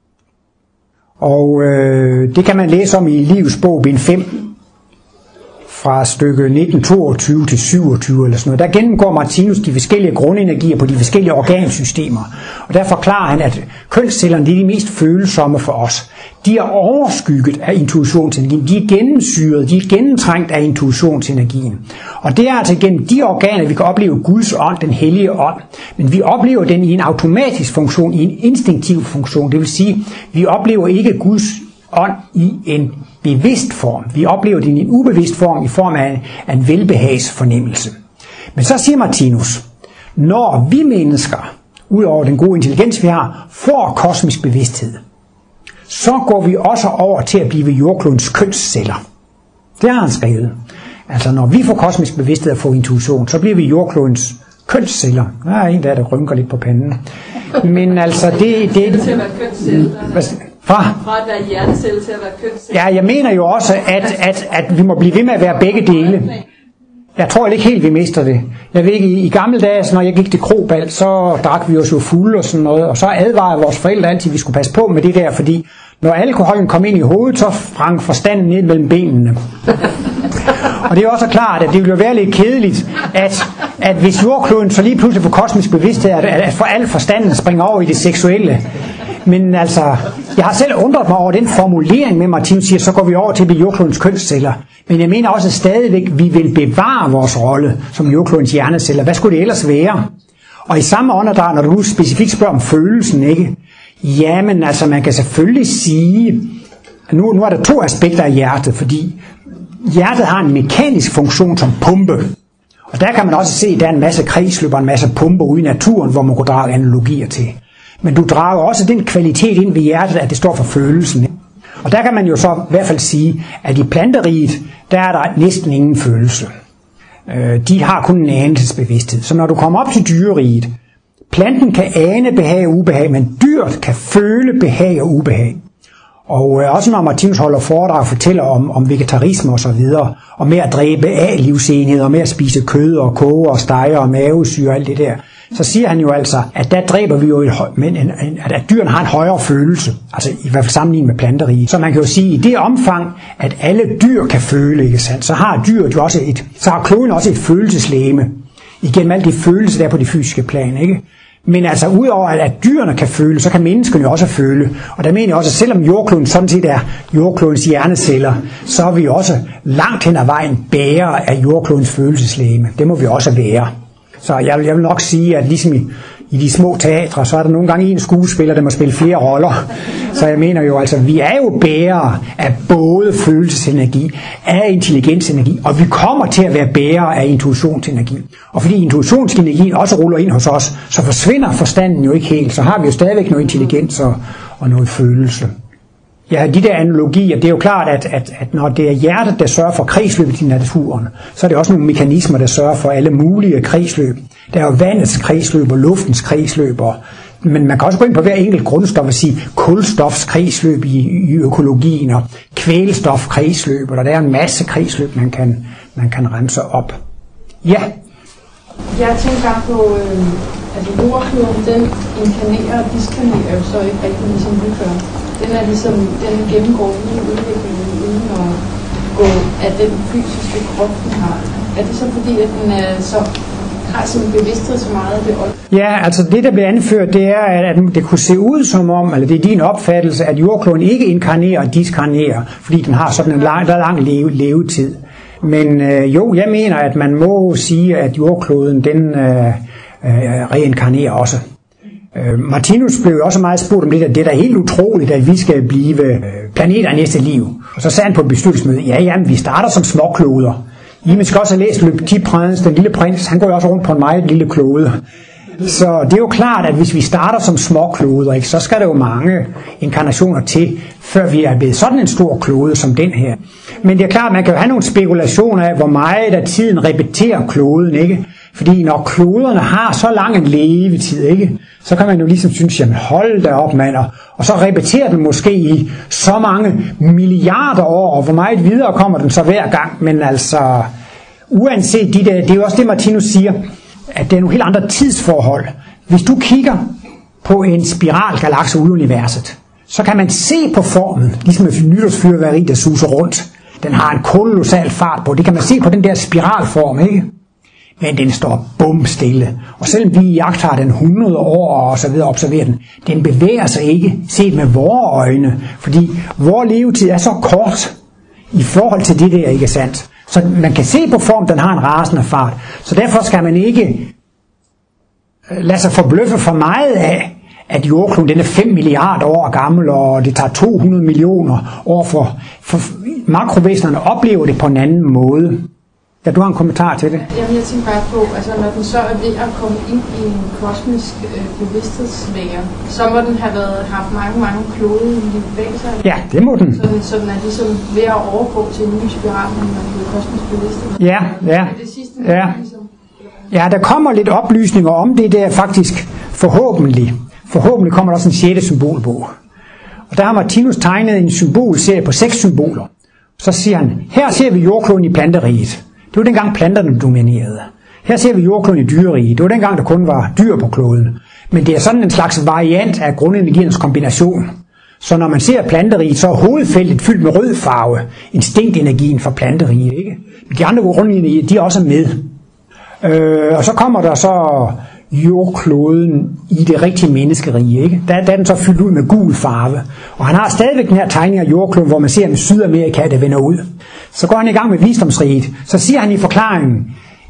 Og øh, det kan man læse om i Livets bog, bind fem. fra stykke nitten toogtyve til syvogtyve eller sådan noget, der gennemgår Martinus de forskellige grundenergier på de forskellige organsystemer. Og der forklarer han, at kønscellerne de er de mest følsomme for os. De er overskygget af intuitionsenergien. De er gennemsyret, de er gennemtrængt af intuitionsenergien. Og det er altså gennem de organer, vi kan opleve Guds ånd, den hellige ånd. Men vi oplever den i en automatisk funktion, i en instinktiv funktion. Det vil sige, vi oplever ikke Guds ånd i en bevidst form. Vi oplever den i en ubevidst form, i form af en, en velbehagsfornemmelse. Men så siger Martinus, når vi mennesker, ud over den gode intelligens vi har, får kosmisk bevidsthed, så går vi også over til at blive jordklodens kønsceller. Det har han skrevet. Altså når vi får kosmisk bevidsthed og får intuition, så bliver vi jordklodens kønsceller. Der er en der, der rynker lidt på panden. Men altså det... det, det til at være kønsceller. Fra? Fra at være hjernecelle til at være kønscelle. Ja, jeg mener jo også, at, at, at vi må blive ved med at være begge dele. Jeg tror ikke helt, vi mister det. Jeg ved ikke, i, i gamle dage, når jeg gik til krobal, så drak vi os jo fulde og sådan noget, og så advarede vores forældre altid, at vi skulle passe på med det der, fordi når alkoholen kom ind i hovedet, så sprang forstanden ned mellem benene. Og det er også klart, at det ville være lidt kedeligt, at, at hvis jordkloden så lige pludselig får kosmisk bevidsthed, at, at for al forstanden springer over i det seksuelle. Men altså, jeg har selv undret mig over den formulering med, Martinus siger, så går vi over til at blive jordklodens kønsceller. Men jeg mener også at stadigvæk, vi vil bevare vores rolle som jordklodens hjerneceller. Hvad skulle det ellers være? Og i samme åndedrag, når du nu specifikt spørger om følelsen, ikke? Jamen altså, man kan selvfølgelig sige, at nu, nu er der to aspekter af hjertet, fordi hjertet har en mekanisk funktion som pumpe. Og der kan man også se, at der er en masse kredsløb og en masse pumper ude i naturen, hvor man kunne drage analogier til. Men du drager også den kvalitet ind ved hjertet, at det står for følelsen. Og der kan man jo så i hvert fald sige, at i planteriget, der er der næsten ingen følelse. De har kun en anelsesbevidsthed. Så når du kommer op til dyreriget, planten kan ane behag og ubehag, men dyret kan føle behag og ubehag. Og også når Martinus holder foredrag og fortæller om, om vegetarisme og så videre, og med at dræbe af livsenheder, og med at spise kød og koge og stege og mavesyre og alt det der, så siger han jo altså, at der dræber vi jo, et, men en, en, at dyrene har en højere følelse, altså i hvert fald sammenlignet med planteriget. Så man kan jo sige, at i det omfang, at alle dyr kan føle, ikke sandt, så har dyret jo også et, så har kloden også et følelseslegeme, igennem alle de følelser, der er på de fysiske plan, ikke? Men altså udover at, at dyrene kan føle, så kan menneskene jo også føle. Og der mener jeg også, at selvom jordkloden sådan set er jordklodens hjerneceller, så er vi også langt hen ad vejen bærer af jordklodens følelseslegeme. Det må vi også være. Så jeg vil, jeg vil nok sige, at ligesom i, i de små teatre, så er der nogle gange en skuespiller, der må spille flere roller. Så jeg mener jo altså, vi er jo bærere af både følelsesenergi, af intelligensenergi, og vi kommer til at være bærere af intuitionsenergi. Og fordi intuitionsenergien også ruller ind hos os, så forsvinder forstanden jo ikke helt, så har vi jo stadigvæk noget intelligens og, og noget følelse. Ja, de der analogier, det er jo klart, at, at, at når det er hjertet, der sørger for kredsløbet i naturen, så er det også nogle mekanismer, der sørger for alle mulige kredsløb. Der er jo vandets kredsløb og luftens kredsløb, og, men man kan også gå ind på hver enkelt grundstof og sige kulstofs kredsløb i, i økologien, og kvælstof kredsløb, og der er en masse kredsløb, man kan, man kan rense op. Ja? Jeg tænker bare på, øh, at jordkloden, den inkarnerer og diskanerer jo så ikke rigtig ligesom vi gør. Den er ligesom, den gennemgår hele udviklingen uden at gå af den fysiske krop, den har. Er det så fordi, at den er så, har sin bevidsthed så meget af det ånd? Ja, altså det der bliver anført, det er, at det kunne se ud som om, eller det er din opfattelse, at jordkloden ikke inkarnerer og diskarnerer, fordi den har sådan en lang, lang leve, levetid. Men øh, jo, jeg mener, at man må sige, at jordkloden, den øh, øh, reinkarnerer også. Martinus blev også meget spurgt om det der, det er da helt utroligt, at vi skal blive planeter i næste liv. Og så sagde han på et bestyrelsesmøde, ja, jamen, vi starter som småkloder. I skal også have læst Le Petit Prince, den lille prins, han går jo også rundt på en meget lille klode. Så det er jo klart, at hvis vi starter som småkloder, ikke, så skal der jo mange inkarnationer til, før vi er blevet sådan en stor klode som den her. Men det er klart, at man kan jo have nogle spekulationer af, hvor meget af tiden repeterer kloden, ikke? Fordi når kloderne har så lang en levetid, ikke, så kan man jo ligesom synes, jamen hold da op, mand, og så repeterer den måske i så mange milliarder år, og hvor meget videre kommer den så hver gang. Men altså, uanset de der, det er jo også det, Martinus siger, at det er nogle helt andre tidsforhold. Hvis du kigger på en spiralgalakse ude i universet, så kan man se på formen, ligesom et nytårsfyrværkeri, der suser rundt. Den har en kolossal fart på. Det kan man se på den der spiralform, ikke? Men den står bumstille. Og selvom vi iagttager den hundrede år og så videre observerer den, den bevæger sig ikke set med vores øjne, fordi vores levetid er så kort i forhold til det der, ikke sandt? Så man kan se på form, den har en rasende fart. Så derfor skal man ikke lade sig forbløffe for meget af, at jordkloden den er fem milliarder år gammel, og det tager to hundrede millioner år for, for makrovæsenerne oplever det på en anden måde. Ja, du har en kommentar til det? Jamen, jeg tænker bare på, altså når den så er ved at komme ind i en kosmisk øh, bevidsthedsvære, så må den have været, haft mange, mange klode i vækser. Ja, det må den. Så, så den er ligesom ved at overgå til en ny spiral, når den er blevet kosmisk bevidsthed. Ja, ja. Det sidste, ja. Ligesom. Ja, der kommer lidt oplysninger om det der faktisk forhåbentlig. Forhåbentlig kommer der også en sjette symbolbog. Og der har Martinus tegnet en symbolserie på seks symboler. Så siger han, her ser vi jordkloden i planteriget. Det var dengang planterne dominerede. Her ser vi jordkloden i dyreriget. Det var dengang, der kun var dyr på kloden. Men det er sådan en slags variant af grundenergiens kombination. Så når man ser planteriget, så er hovedfeltet fyldt med rød farve. Instinktenergien for planteriget, ikke? Men de andre grundenergier, de er også med. Øh, og så kommer der så jordkloden i det rigtige menneskerige, ikke? Der, der er den så fyldt ud med gul farve. Og han har stadigvæk den her tegning af jordkloden, hvor man ser med Sydamerika, der vender ud. Så går han i gang med visdomsriget. Så siger han i forklaringen,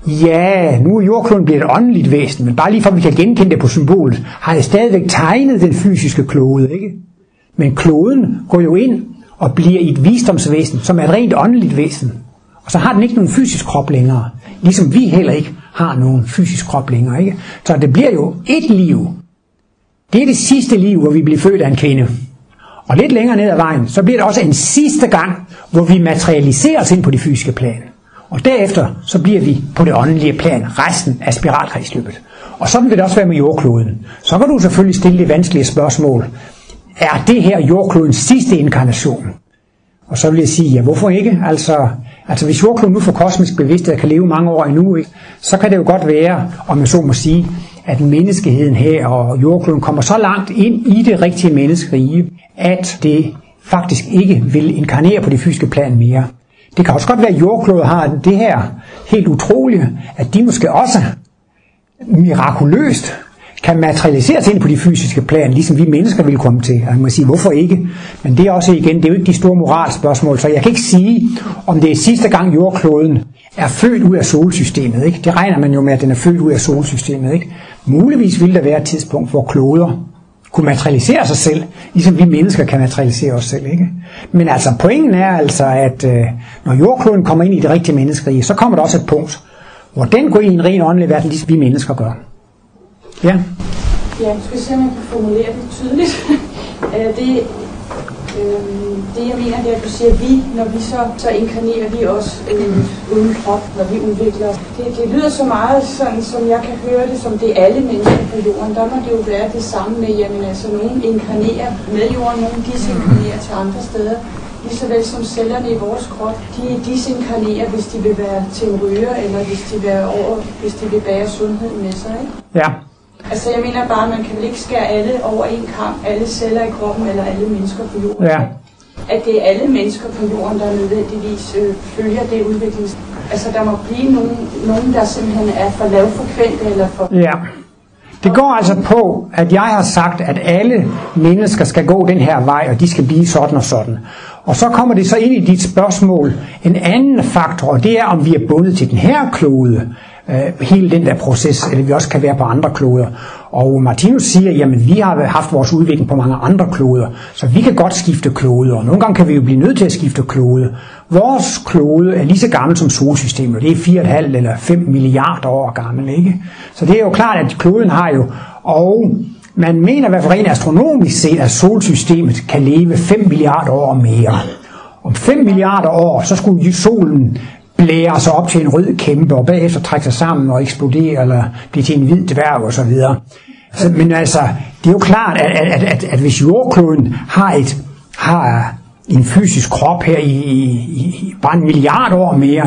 ja, nu er jordkloden blevet et åndeligt væsen, men bare lige for at vi kan genkende det på symbolet, har jeg stadigvæk tegnet den fysiske klode, ikke? Men kloden går jo ind og bliver et visdomsvæsen, som er et rent åndeligt væsen. Og så har den ikke nogen fysisk krop længere. Ligesom vi heller ikke har nogen fysisk krop længere, ikke? Så det bliver jo et liv. Det er det sidste liv, hvor vi bliver født af en kvinde. Og lidt længere ned ad vejen, så bliver det også en sidste gang, hvor vi materialiserer os ind på det fysiske plan. Og derefter, så bliver vi på det åndelige plan resten af spiralkredsløbet. Og sådan vil det også være med jordkloden. Så kan du selvfølgelig stille det vanskelige spørgsmål. Er det her jordklodens sidste inkarnation? Og så vil jeg sige, ja, hvorfor ikke? Altså, altså hvis jordkloden nu får kosmisk bevidsthed og kan leve mange år endnu, ikke, så kan det jo godt være, om jeg så må sige, at menneskeheden her og jordkloden kommer så langt ind i det rigtige menneskerige, at det faktisk ikke vil inkarnere på det fysiske plan mere. Det kan også godt være, at jordkloden har det her helt utrolige, at de måske også mirakuløst kan materialiseres ind på de fysiske plan, ligesom vi mennesker vil komme til. Jeg må sige, hvorfor ikke? Men det er også igen, det er jo ikke de store moralspørgsmål, så jeg kan ikke sige, om det er sidste gang jordkloden er født ud af solsystemet, ikke? Det regner man jo med, at den er født ud af solsystemet, ikke? Muligvis vil der være et tidspunkt, hvor kloder kunne materialisere sig selv, ligesom vi mennesker kan materialisere os selv, ikke? Men altså, pointen er altså, at øh, når jordkloden kommer ind i det rigtige menneskerige, så kommer der også et punkt, hvor den går ind i en ren åndelig verden, ligesom vi mennesker gør. Ja. Ja, nu skal vi se, om jeg kan formulere det tydeligt. det, øh, det jeg mener, det er, at du siger, at vi, når vi så, så inkarnerer vi også øh, uden krop, når vi udvikler. Det, det lyder så meget, sådan, som jeg kan høre det, som det er alle mennesker på jorden. Der må det jo være det samme med, jamen altså, nogen inkarnerer med jorden, nogen disinkarnerer til andre steder. Lige så vel som cellerne i vores krop, de disinkarnerer, hvis de vil være til en ryger, eller hvis de vil, over, hvis de vil bære sundhed med sig, ikke? Ja. Altså jeg mener bare, at man kan vel ikke skære alle over en kamp, alle celler i kroppen, eller alle mennesker på jorden. Ja. At det er alle mennesker på jorden, der nødvendigvis øh, følger det udvikling. Altså der må blive nogen, nogen, der simpelthen er for lavfrekvente, eller for... Ja. Det går altså på, at jeg har sagt, at alle mennesker skal gå den her vej, og de skal blive sådan og sådan. Og så kommer det så ind i dit spørgsmål en anden faktor, og det er, om vi er bundet til den her klode, øh, hele den der proces, eller vi også kan være på andre kloder. Og Martinus siger, jamen vi har haft vores udvikling på mange andre kloder, så vi kan godt skifte kloder, og nogle gange kan vi jo blive nødt til at skifte klode. Vores klode er lige så gammel som solsystemet, det er fire komma fem eller fem milliarder år gammel, ikke? Så det er jo klart, at kloden har jo, og man mener i hvert fald rent astronomisk set, at solsystemet kan leve fem milliarder år mere. Om fem milliarder år, så skulle solen blære sig op til en rød kæmpe, og bagefter trække sig sammen og eksplodere, eller blive til en hvid dværg og så videre. Men altså, det er jo klart, at, at, at, at hvis jordkloden har, et, har en fysisk krop her i, i, i bare en milliard år mere, ikke?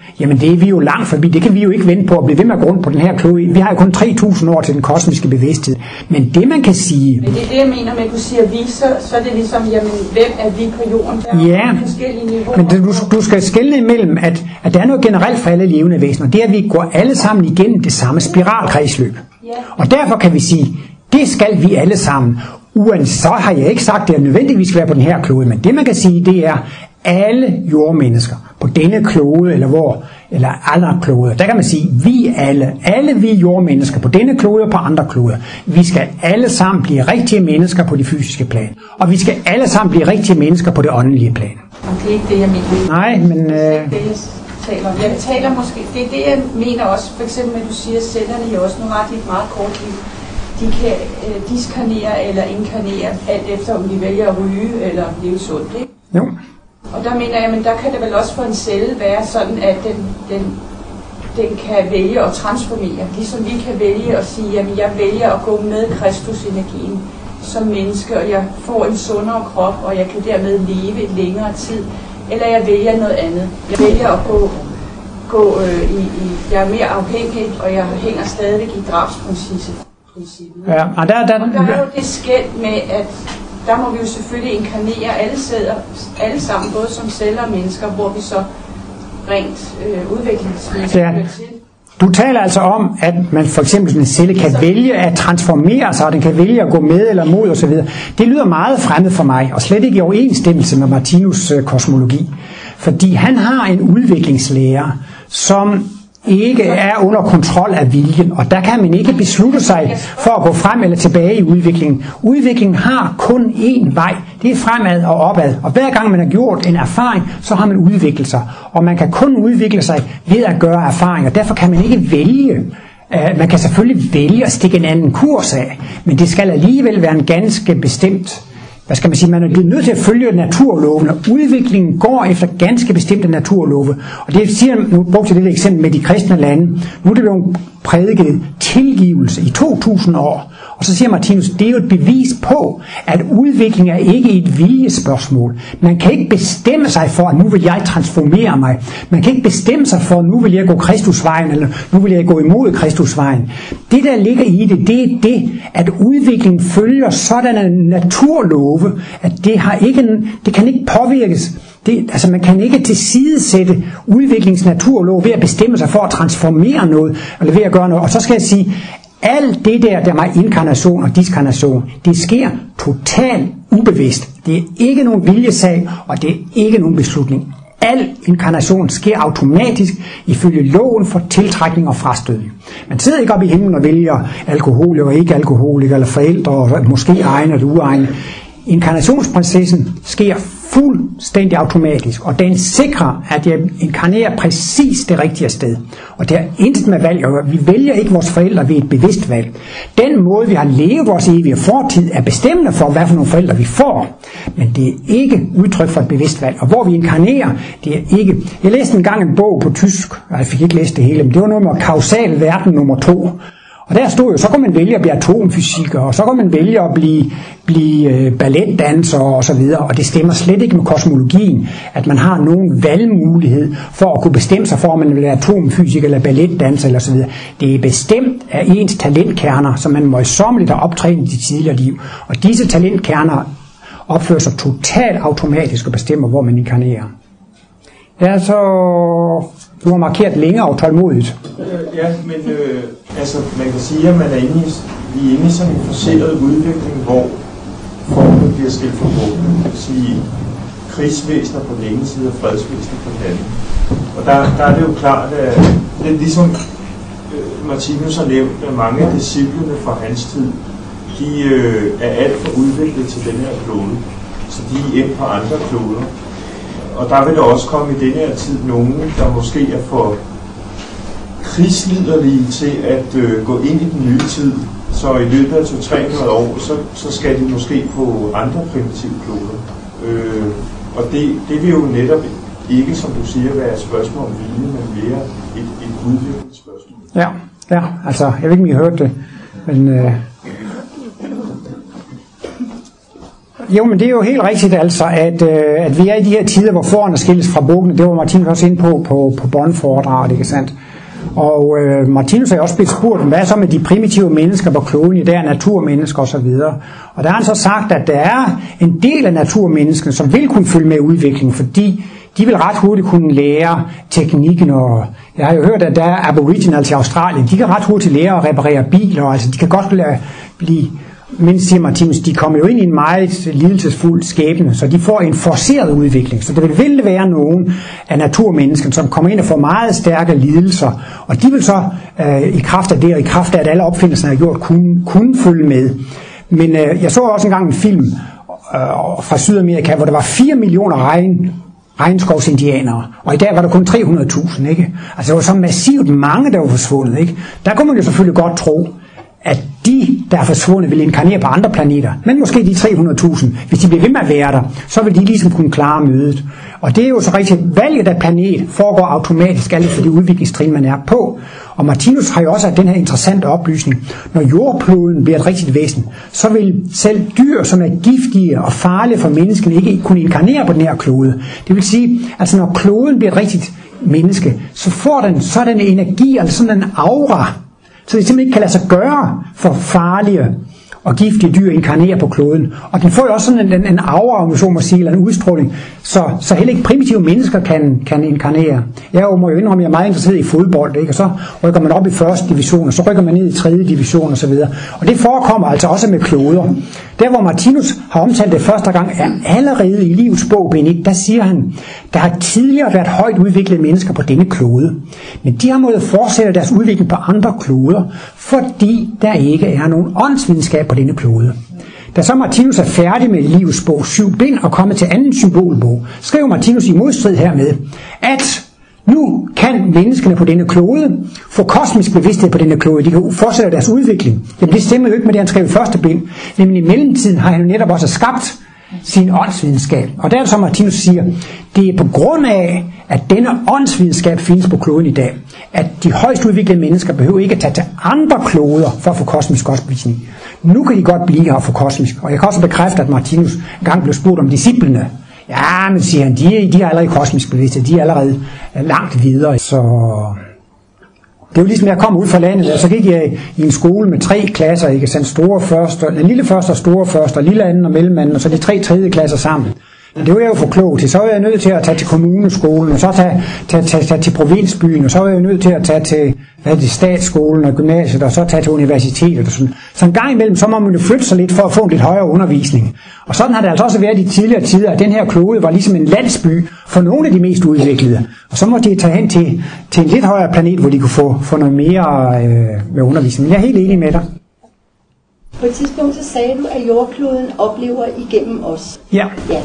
Jamen det er vi jo langt forbi. Det kan vi jo ikke vente på at blive ved med at gå rundt på den her klode. Vi har jo kun tre tusind år til den kosmiske bevidsthed. Men det man kan sige... Men det er det, jeg mener med, at du siger vi, så, så er det ligesom, jamen hvem er vi på jorden? Der er ja, forskellige niveauer. men det, du, du skal skelne imellem, at, at der er noget generelt for alle levende væsener. Det er, at vi går alle sammen igennem det samme spiralkredsløb. Ja. Og derfor kan vi sige, det skal vi alle sammen. Uanset så har jeg ikke sagt, at det er nødvendigt, at vi skal være på den her klode. Men det man kan sige, det er alle jordmennesker på denne klode, eller hvor, eller andre kloder. Der kan man sige, vi alle, alle vi jordmennesker på denne klode og på andre kloder, vi skal alle sammen blive rigtige mennesker på de fysiske plan. Og vi skal alle sammen blive rigtige mennesker på det åndelige plan. Og det er ikke det, jeg mener. Nej, men... Øh... Det er det, jeg taler om. Jeg taler måske, det er det, jeg mener også, for eksempel, at du siger, at cellerne jo også nu ret i et meget kort liv. De kan øh, diskarnere eller inkarnere, alt efter om de vælger at ryge eller leve sundt, ikke? Jo. Og der mener jeg, men der kan det vel også for en celle være sådan, at den, den, den kan vælge at transformere. Ligesom vi kan vælge at sige, at jeg vælger at gå med Kristusenergien som menneske, og jeg får en sundere krop, og jeg kan dermed leve et længere tid. Eller jeg vælger noget andet. Jeg vælger at gå, gå øh, i, i, jeg er mere afhængig, og jeg hænger stadigvæk i drabsprincippet. Ja, og der, der, og der er jo det skel med, at der må vi jo selvfølgelig inkarnere alle, sæder, alle sammen, både som celler og mennesker, hvor vi så rent øh, udviklingsmæssigt ja. Du taler altså om, at man for eksempel en celle kan vælge at transformere sig, og den kan vælge at gå med eller mod osv. Det lyder meget fremmed for mig, og slet ikke i overensstemmelse med Martinus øh, kosmologi. Fordi han har en udviklingslære, som ikke er under kontrol af viljen, og der kan man ikke beslutte sig for at gå frem eller tilbage i udviklingen. Udviklingen har kun én vej, det er fremad og opad, og hver gang man har gjort en erfaring, så har man udviklet sig, og man kan kun udvikle sig ved at gøre erfaringer. Derfor kan man ikke vælge. Man kan selvfølgelig vælge at stikke en anden kurs af, men det skal alligevel være en ganske bestemt. Hvad skal man sige? Man er blevet nødt til at følge naturlovene, og udviklingen går efter ganske bestemte naturlove. Og det siger nu brugt til det eksempel med de kristne lande. Nu er det blevet prædiket tilgivelse i to tusind år. Og så siger Martinus, det er jo et bevis på, at udvikling er ikke et viljespørgsmål. Man kan ikke bestemme sig for, at nu vil jeg transformere mig. Man kan ikke bestemme sig for, at nu vil jeg gå Kristusvejen, eller nu vil jeg gå imod Kristusvejen. Det, der ligger i det, det er det, at udviklingen følger sådanne naturlove, at det, har ikke en, det kan ikke påvirkes. Det, altså man kan ikke tilsidesætte udviklingsnaturlov ved at bestemme sig for at transformere noget, eller ved at gøre noget. Og så skal jeg sige, alt det der, der er inkarnation og diskarnation, det sker totalt ubevidst. Det er ikke nogen viljesag, og det er ikke nogen beslutning. Al inkarnation sker automatisk ifølge loven for tiltrækning og frastødning. Man sidder ikke op i himlen og vælger alkoholiker og ikke alkoholiker, eller forældre, og måske egne eller uegne. Inkarnationsprocessen sker fuldstændig automatisk, og den sikrer, at jeg inkarnerer præcis det rigtige sted. Og det er intet med valg, og vi vælger ikke vores forældre ved et bevidst valg. Den måde, vi har levet vores evige fortid, er bestemmende for, hvad for nogle forældre vi får. Men det er ikke udtryk for et bevidst valg. Og hvor vi inkarnerer, det er ikke... Jeg læste engang en bog på tysk, og jeg fik ikke læst det hele, men det var noget med kausal verden nummer to. Og der stod jo, så kan man vælge at blive atomfysiker, og så kan man vælge at blive, blive balletdanser og så videre. Og det stemmer slet ikke med kosmologien, at man har nogen valgmulighed for at kunne bestemme sig for, om man vil være atomfysiker eller balletdanser eller så videre. Det er bestemt af ens talentkerner, som man møjsommeligt har optrænet i de tidligere liv. Og disse talentkerner opfører sig totalt automatisk og bestemmer, hvor man inkarnerer. Det er så... Du har markeret længere og tålmodigt. Øh, ja, men øh, altså, man kan sige, at man er inde i, vi er inde i sådan en forceret udvikling, hvor folket bliver skilt fra våben. Det vil sige krigsvæsener på den ene side og fredsvæsener på den anden. Og der, der er det jo klart, at det er ligesom øh, Martinus har nævnt, at mange af disciplene fra hans tid, de øh, er alt for udviklet til den her klode. Så de er ind på andre kloder. Og der vil der også komme i denne her tid nogen, der måske er for krigsliderlige til at øh, gå ind i den nye tid. Så i løbet af to til tre hundrede år, så, så skal de måske på andre primitive kloder. Øh, og det, det vil jo netop ikke, som du siger, være et spørgsmål om vilje, men mere et, et udviklingsspørgsmål. Ja, ja, altså, jeg ved ikke, om I har hørt det, men... Øh Jo, men det er jo helt rigtigt altså, at, øh, at vi er i de her tider, hvor forerne skilles fra bukkene. Det var Martinus også inde på på, på båndforedraget, ikke sandt? Og øh, Martinus er også blevet spurgt, hvad er så med de primitive mennesker på kloden, der er naturmennesker osv. Og der har han så sagt, at der er en del af naturmenneskene, som vil kunne følge med udviklingen, fordi de vil ret hurtigt kunne lære teknikken. Og jeg har jo hørt, at der er aboriginals i Australien, de kan ret hurtigt lære at reparere biler, altså de kan godt lade, blive, men siger Martinus, de kommer jo ind i en meget lidelsesfuld skæbne, så de får en forceret udvikling. Så det vil, vil være nogen af naturmenneskene, som kommer ind og får meget stærke lidelser, og de vil så øh, i kraft af det, og i kraft af, at alle opfindelserne er gjort, kunne, kunne følge med. Men øh, jeg så også engang en film øh, fra Sydamerika, hvor der var fire millioner regn, regnskovsindianere, og i dag var der kun tre hundrede tusind, ikke? Altså det var så massivt mange, der var forsvundet, ikke? Der kunne man jo selvfølgelig godt tro, at de, der er forsvundet, vil inkarnere på andre planeter, men måske de tre hundrede tusind, hvis de bliver ved med at være der, så vil de ligesom kunne klare mødet. Og det er jo så rigtigt, valget af planet foregår automatisk, alt for de udviklingstrin, man er på. Og Martinus har jo også den her interessante oplysning. Når jordkloden bliver et rigtigt væsen, så vil selv dyr, som er giftige og farlige for menneskene, ikke kunne inkarnere på den her klode. Det vil sige, altså når kloden bliver et rigtigt menneske, så får den sådan en energi, altså sådan en aura, så det simpelthen ikke kan lade sig gøre for farlige og giftige dyr inkarnere på kloden. Og den får jo også sådan en, en aura, om vi så må sige, eller en udstråling, så, så heller ikke primitive mennesker kan, kan inkarnere. Jeg må jo indrømme, at jeg er meget interesseret i fodbold, ikke? Og så rykker man op i første division, og så rykker man ned i tredje division osv. Og det forekommer altså også med kloder. Der hvor Martinus har omtalt det første gang, er allerede i livets bog, bind et, der siger han, der har tidligere været højt udviklede mennesker på denne klode, men de har måttet fortsætte deres udvikling på andre kloder, fordi der ikke er nogen åndsvidenskab på denne klode. Da så Martinus er færdig med livets bog syv bind og kommet til anden symbolbog, skriver Martinus i modstrid hermed, at nu kan menneskene på denne klode få kosmisk bevidsthed på denne klode. De kan fortsætte deres udvikling. Jamen det stemmer jo ikke med det, han skrev i første bind. Nemlig i mellemtiden har han jo netop også skabt sin åndsvidenskab. Og der er det så Martinus siger, det er på grund af, at denne åndsvidenskab findes på kloden i dag, at de højst udviklede mennesker behøver ikke at tage til andre kloder for at få kosmisk opvisning. Nu kan de godt blive her for kosmisk. Og jeg kan også bekræfte, at Martinus engang blev spurgt om disciplene. Ja, men siger han, de, de er allerede kosmisk bevidste, de er allerede langt videre. Så det er jo ligesom, jeg kom ud fra landet, og så gik jeg i en skole med tre klasser, ikke sandt, store første, en lille første og store første, og lille anden og mellemmanden, og så de tre tredje klasser sammen. Det var jeg jo for klog til. Så var jeg nødt til at tage til kommuneskolen, og så tage, tage, tage, tage til provinsbyen, og så var jeg nødt til at tage til hvad det, statsskolen og gymnasiet, og så tage til universitetet og sådan. Så en gang imellem, så må man jo flytte sig lidt for at få en lidt højere undervisning. Og sådan har det altså også været i tidligere tider, at den her klode var ligesom en landsby for nogle af de mest udviklede. Og så måtte de tage hen til, til en lidt højere planet, hvor de kunne få, få noget mere øh, med undervisning. Jeg er helt enig med dig. På et tidspunkt så sagde du, at jordkloden oplever igennem os. Ja. Ja.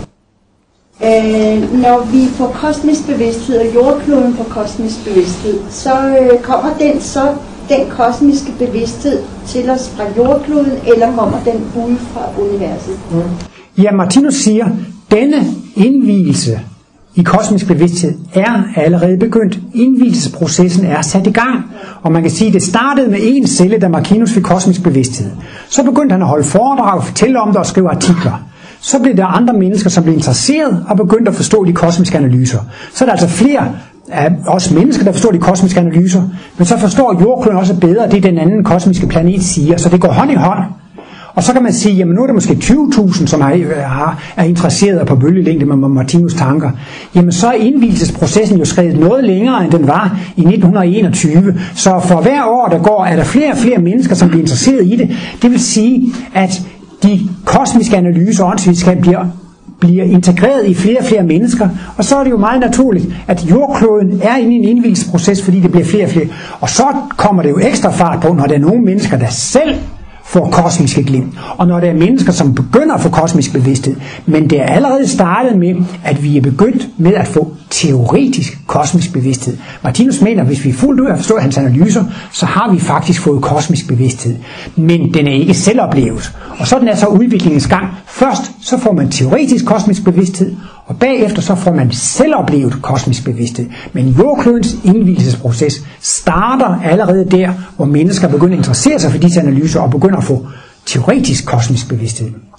Øh, når vi får kosmisk bevidsthed, og jordkloden får kosmisk bevidsthed, så øh, kommer den så den kosmiske bevidsthed til os fra jordkloden, eller kommer den ude fra universet? Mm. Ja, Martinus siger, denne indvielse i kosmisk bevidsthed er allerede begyndt. Indvielsesprocessen er sat i gang. Og man kan sige, at det startede med en celle, da Martinus fik kosmisk bevidsthed. Så begyndte han at holde foredrag, fortælle om det og skrive artikler. Så blev der andre mennesker, som blev interesseret og begyndte at forstå de kosmiske analyser. Så er der altså flere af os mennesker, der forstår de kosmiske analyser, men så forstår jordkloden også bedre det, den anden kosmiske planet siger. Så det går hånd i hånd. Og så kan man sige, jamen nu er der måske tyve tusind, som er, er interesseret på bølgelængde med Martinus tanker. Jamen så er indvielsesprocessen jo skrevet noget længere, end den var i nitten enogtyve. Så for hver år, der går, er der flere og flere mennesker, som bliver interesseret i det. Det vil sige, at de kosmiske analyser og åndsvidenskab bliver, bliver integreret i flere og flere mennesker, og så er det jo meget naturligt, at jordkloden er inde i en indvielsesproces, fordi det bliver flere og flere. Og så kommer det jo ekstra fart på, når der er nogle mennesker, der selv får kosmiske glimt, og når der er mennesker, som begynder at få kosmisk bevidsthed. Men det er allerede startet med, at vi er begyndt med at få teoretisk kosmisk bevidsthed. Martinus mener, at hvis vi fuldt ud har forstået hans analyser, så har vi faktisk fået kosmisk bevidsthed. Men den er ikke selvoplevet. Og sådan er så udviklingens gang. Først så får man teoretisk kosmisk bevidsthed, og bagefter så får man selvoplevet kosmisk bevidsthed. Men jordklodens indvielsesproces starter allerede der, hvor mennesker begynder at interessere sig for disse analyser og begynder at få teoretisk kosmisk bevidsthed.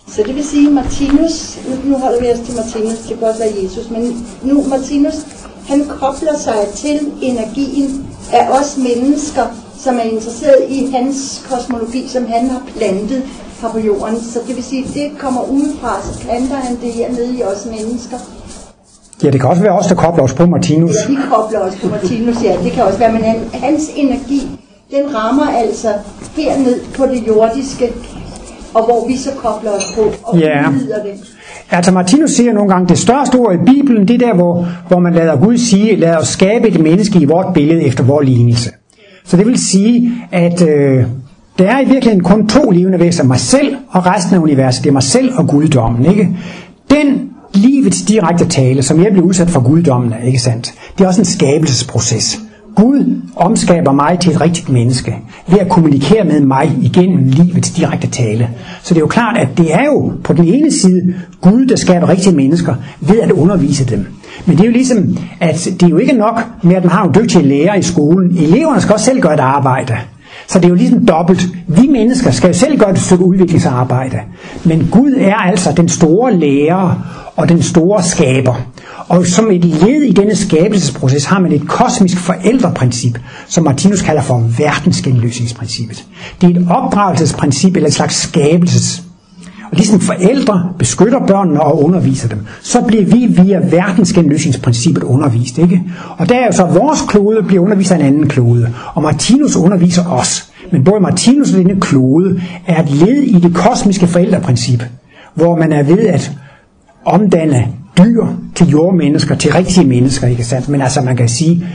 Så det vil sige, Martinus, nu, nu holder vi os til Martinus, det kan også være Jesus, men nu Martinus, han kobler sig til energien af os mennesker, som er interesseret i hans kosmologi, som han har plantet her på jorden. Så det vil sige, det kommer udefra, så planter han det hernede i os mennesker. Ja, det kan også være os, der kobler os på Martinus. Ja, vi kobler os på Martinus, ja, det kan også være, men han, hans energi, den rammer altså herned på det jordiske, og hvor vi så kobler os på og ja. udvider det. Altså Martinus siger nogle gange, det største ord i Bibelen, det er der, hvor, hvor man lader Gud sige, lad os skabe et menneske i vort billede efter vor lignelse. Så det vil sige, at øh, der er i virkeligheden kun to levende væsener, mig selv og resten af universet. Det er mig selv og guddommen, ikke? Den livets direkte tale, som jeg bliver udsat for guddommen, er ikke sandt. Det er også en skabelsesproces. Gud omskaber mig til et rigtigt menneske ved at kommunikere med mig igennem livets direkte tale. Så det er jo klart, at det er jo på den ene side Gud, der skaber rigtige mennesker ved at undervise dem. Men det er jo ligesom, at det er jo ikke nok med, at man har en dygtig lærer i skolen. Eleverne skal også selv gøre et arbejde. Så det er jo ligesom dobbelt. Vi mennesker skal jo selv gøre et stykke udviklingsarbejde. Men Gud er altså den store lærer og den store skaber. Og som et led i denne skabelsesproces har man et kosmisk forældreprincip, som Martinus kalder for verdensgenløsningsprincippet. Det er et opdragelsesprincip eller et slags skabelses. Og ligesom forældre beskytter børnene og underviser dem, så bliver vi via verdensgenløsningsprincippet undervist, ikke? Og der er jo så, at vores klode bliver undervist af en anden klode, og Martinus underviser os. Men både Martinus og denne klode er et led i det kosmiske forældreprincip, hvor man er ved at omdanne dyr til jordmennesker, til rigtige mennesker, ikke sandt? Men altså man kan sige,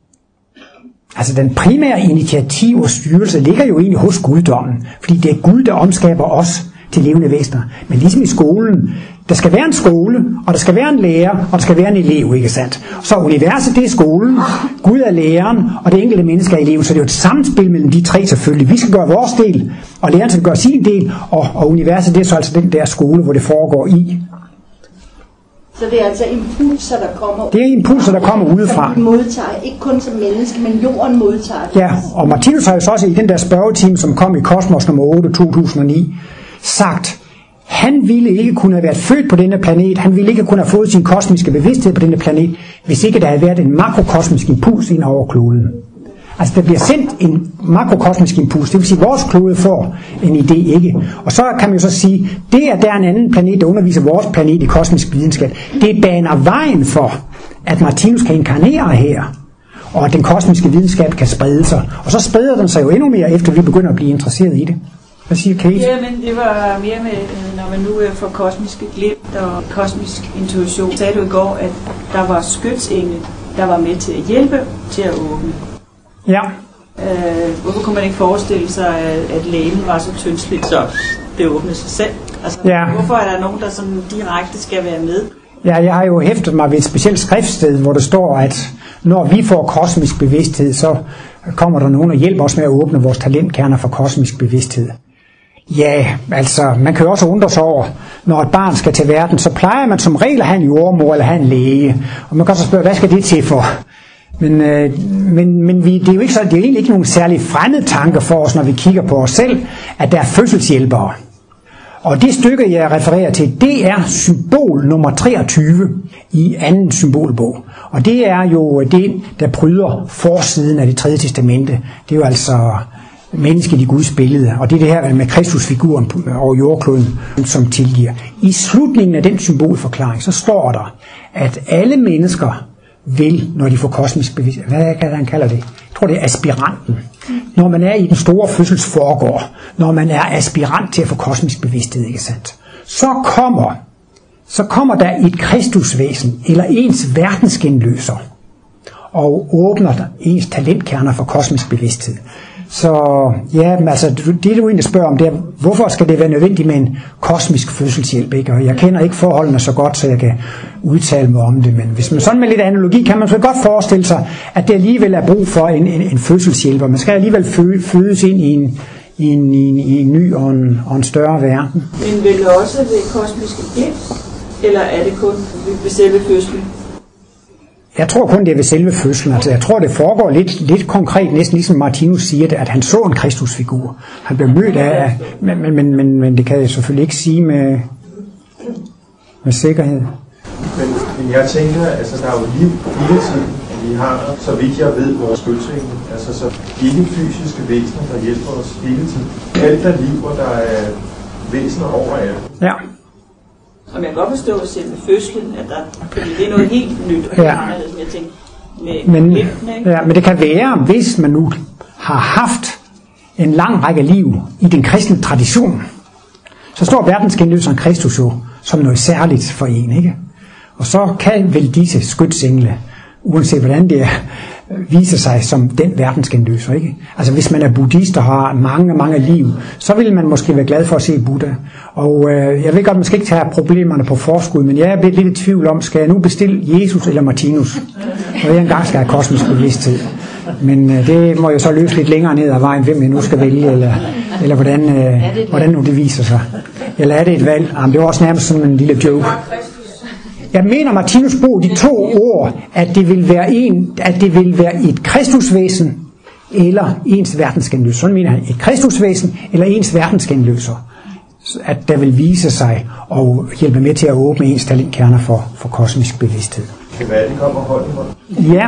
altså den primære initiativ og styrelse ligger jo egentlig hos guddommen, fordi det er Gud, der omskaber os til levende væsener. Men ligesom i skolen, der skal være en skole, og der skal være en lærer, og der skal være en elev, ikke sandt? Så universet, det er skolen, Gud er læreren, og det enkelte menneske er elev, så det er jo et samspil mellem de tre selvfølgelig. Vi skal gøre vores del, og læreren skal gøre sin del, og, og universet, det er så altså den der skole, hvor det foregår i. Så det er altså impulser, der kommer. Det er impulser, der kommer udefra. Som vi modtager, ikke kun som menneske, men jorden modtager det. Ja, og Martinus har jo så også i den der spørgetime, som kom i Kosmos nummer otte to tusind og ni, sagt, han ville ikke kunne have været født på denne planet, han ville ikke kunne have fået sin kosmiske bevidsthed på denne planet, hvis ikke der havde været en makrokosmisk impuls ind over kloden. Altså der bliver sendt en makrokosmisk impuls, det vil sige, at vores klode får en idé, ikke? Og så kan man jo så sige, det er der en anden planet, der underviser vores planet i kosmisk videnskab. Det baner vejen for, at Martinus kan inkarnere her, og at den kosmiske videnskab kan sprede sig. Og så spreder den sig jo endnu mere, efter vi begynder at blive interesseret i det. Hvad siger Kate? Ja, men det var mere med, når man nu får kosmiske glimt og kosmisk intuition. Sagde du i går, at der var skytsengle, der var med til at hjælpe til at åbne. Ja. Øh, hvorfor kunne man ikke forestille sig, at, at lægen var så tyndsligt, så det åbnede sig selv? Altså, ja. Hvorfor er der nogen, der sådan direkte skal være med? Ja, jeg har jo hæftet mig ved et specielt skriftsted, hvor der står, at når vi får kosmisk bevidsthed, så kommer der nogen og hjælper os med at åbne vores talentkerner for kosmisk bevidsthed. Ja, altså, man kan jo også undre sig over, når et barn skal til verden, så plejer man som regel at have en jordmor eller have en læge. Og man kan så spørge, hvad skal det til for? Men, øh, men, men vi, det er jo ikke så, det er egentlig ikke nogen særlig fremmede tanker for os, når vi kigger på os selv, at der er fødselshjælpere. Og det stykke, jeg refererer til, det er symbol nummer treogtyve i anden symbolbog. Og det er jo det, der pryder forsiden af det tredje testamente. Det er jo altså mennesket i Guds billede, og det er det her med Kristusfiguren over jordkloden, som tilgiver. I slutningen af den symbolforklaring, så står der, at alle mennesker vil, når de får kosmisk bevidsthed, hvad er det, han kalder det? Jeg tror, det er aspiranten. Når man er i den store fødselsforegår, når man er aspirant til at få kosmisk bevidsthed, ikke sandt? Så kommer, så kommer der et kristusvæsen, eller ens verdensgenløser, og åbner ens talentkerner for kosmisk bevidsthed. Så ja, altså, det du egentlig spørger om, det er, hvorfor skal det være nødvendigt med en kosmisk fødselshjælp, ikke? Og jeg kender ikke forholdene så godt, så jeg kan udtale mig om det, men hvis man sådan med lidt analogi, kan man så godt forestille sig, at det alligevel er brug for en, en, en fødselshjælper. Man skal alligevel fødes ind i en, i en, i en, i en ny og en, og en større verden. Men vil det også det kosmiske glimt, eller er det kun ved selve fødslen? Jeg tror kun, det er ved selve fødslen. Altså, jeg tror, det foregår lidt, lidt konkret, næsten ligesom Martinus siger det, at han så en Kristusfigur. Han blev mødt af, men, men, men, men, men det kan jeg selvfølgelig ikke sige med, med sikkerhed. Men, men jeg tænker, altså der er jo liv hele tiden. Vi har, så vidt jeg ved, vores skytsengel. Altså så ikke fysiske væsener, der hjælper os hele tiden. Alt er liv, og der er væsener overalt. Ja. Og jeg kan godt forstå at selve fødslen, at der, fordi det er noget helt nyt, og ja. Anderledes, som jeg tænker, med men, glimten, ikke? Ja, men det kan være, hvis man nu har haft en lang række liv i den kristne tradition, så står verdensgenløseren Kristus jo som noget særligt for en, ikke? Og så kan vel disse skytsengle, uanset hvordan det er, viser sig som den verdensgenløser, ikke? Altså hvis man er buddhist og har mange, mange liv, så vil man måske være glad for at se Buddha. Og øh, jeg ved godt, man skal ikke tage problemerne på forskud, men jeg er blevet lidt i tvivl om, skal jeg nu bestille Jesus eller Martinus? Og jeg engang skal have kosmisk bevidsthed. Men øh, det må jeg så løse lidt længere ned ad vejen, hvem jeg nu skal vælge, eller, eller hvordan, øh, hvordan nu det viser sig. Eller er det et valg? Jamen, det var også nærmest sådan en lille joke. Jeg mener, Martinus brug de to ord, at det vil være en, at det vil være et kristusvæsen eller ens verdensgenløser. Sådan mener han, et kristusvæsen eller ens verdensgenløser, at der vil vise sig og hjælpe med til at åbne ens talentkerner for, for kosmisk bevidsthed. Det kan være, det kommer hånd i hånd. Ja.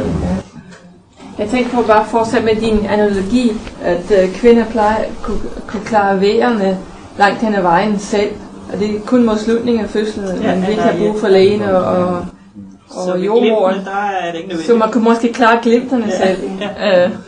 Jeg tænkte på bare fortsat med din analogi, at øh, kvinder plejer kunne, kunne klare vejerne langt hen ad vejen selv. Og det er kun mod slutningen af fødslen, ja, man virkelig har brug for lægene og, og, og jordmoren. Så man kunne måske klare glimterne ja, selv. Ja. Øh,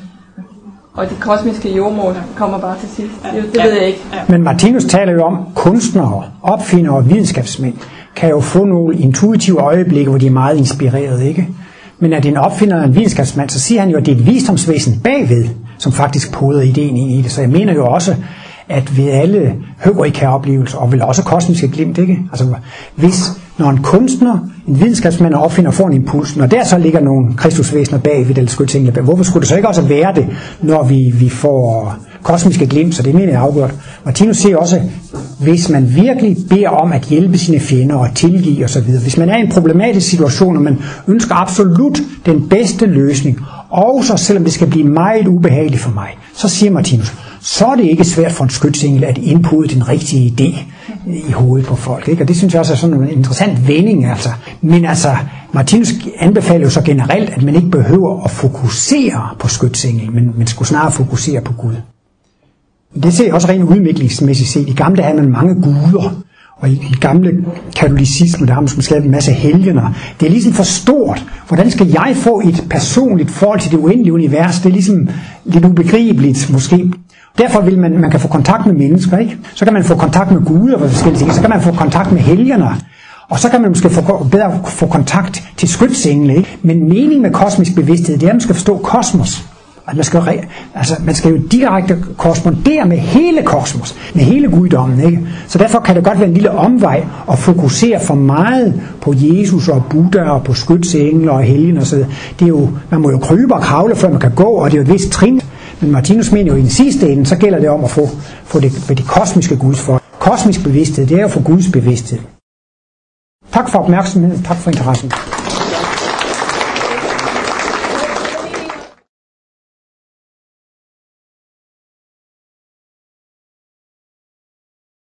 og de kosmiske jordmor kommer bare til sidst. Det, det ved jeg ikke. Men Martinus taler jo om, kunstnere, opfindere og videnskabsmænd kan jo få nogle intuitive øjeblikke, hvor de er meget inspireret, ikke? Men er det en opfinder eller en videnskabsmand, så siger han jo, at det er et visdomsvæsen bagved, som faktisk poder ideen ind i det. Så jeg mener jo også, at ved alle Heureka-oplevelser, og vel også kosmiske glimt, ikke? Altså, hvis, når en kunstner, en videnskabsmand og opfinder får en impuls, når der så ligger nogle kristusvæsener bagved, eller skytsengle bag, hvorfor skulle det så ikke også være det, når vi, vi får kosmiske glimt? Så det mener jeg afgjort. Martinus siger også, hvis man virkelig beder om at hjælpe sine fjender og tilgive osv., hvis man er i en problematisk situation, og man ønsker absolut den bedste løsning, og så selvom det skal blive meget ubehageligt for mig, så siger Martinus, så er det ikke svært for en skytsengel at indpude den rigtige idé i hovedet på folk, ikke? Og det synes jeg også er sådan en interessant vending, altså. Men altså, Martinus anbefaler jo så generelt, at man ikke behøver at fokusere på skytsengel, men man skulle snarere fokusere på Gud. Det ser jeg også rent udviklingsmæssigt set. I gamle havde man mange guder, og i, i gamle katolicisme, der har man skabt en masse helgener. Det er ligesom for stort. Hvordan skal jeg få et personligt forhold til det uendelige univers? Det er ligesom lidt ubegribeligt måske. Derfor vil man, man kan få kontakt med mennesker, ikke? Så kan man få kontakt med guder og forskellige ting. Så kan man få kontakt med helgener. Og så kan man måske få, bedre få kontakt til skytsengle, ikke? Men meningen med kosmisk bevidsthed, det er, at man skal forstå kosmos. At man, skal, altså, man skal jo direkte korrespondere med hele kosmos, med hele guddommen, ikke? Så derfor kan det godt være en lille omvej at fokusere for meget på Jesus og Buddha og på skytsengle og helgen og så videre. Det er jo, man må jo krybe og kravle, før man kan gå, og det er jo et vist trin. Men Martinus mener jo, i den sidste ende, så gælder det om at få, få det, det kosmiske Guds for. Kosmisk bevidsthed, det er jo for Guds bevidsthed. Tak for opmærksomheden, tak for interessen.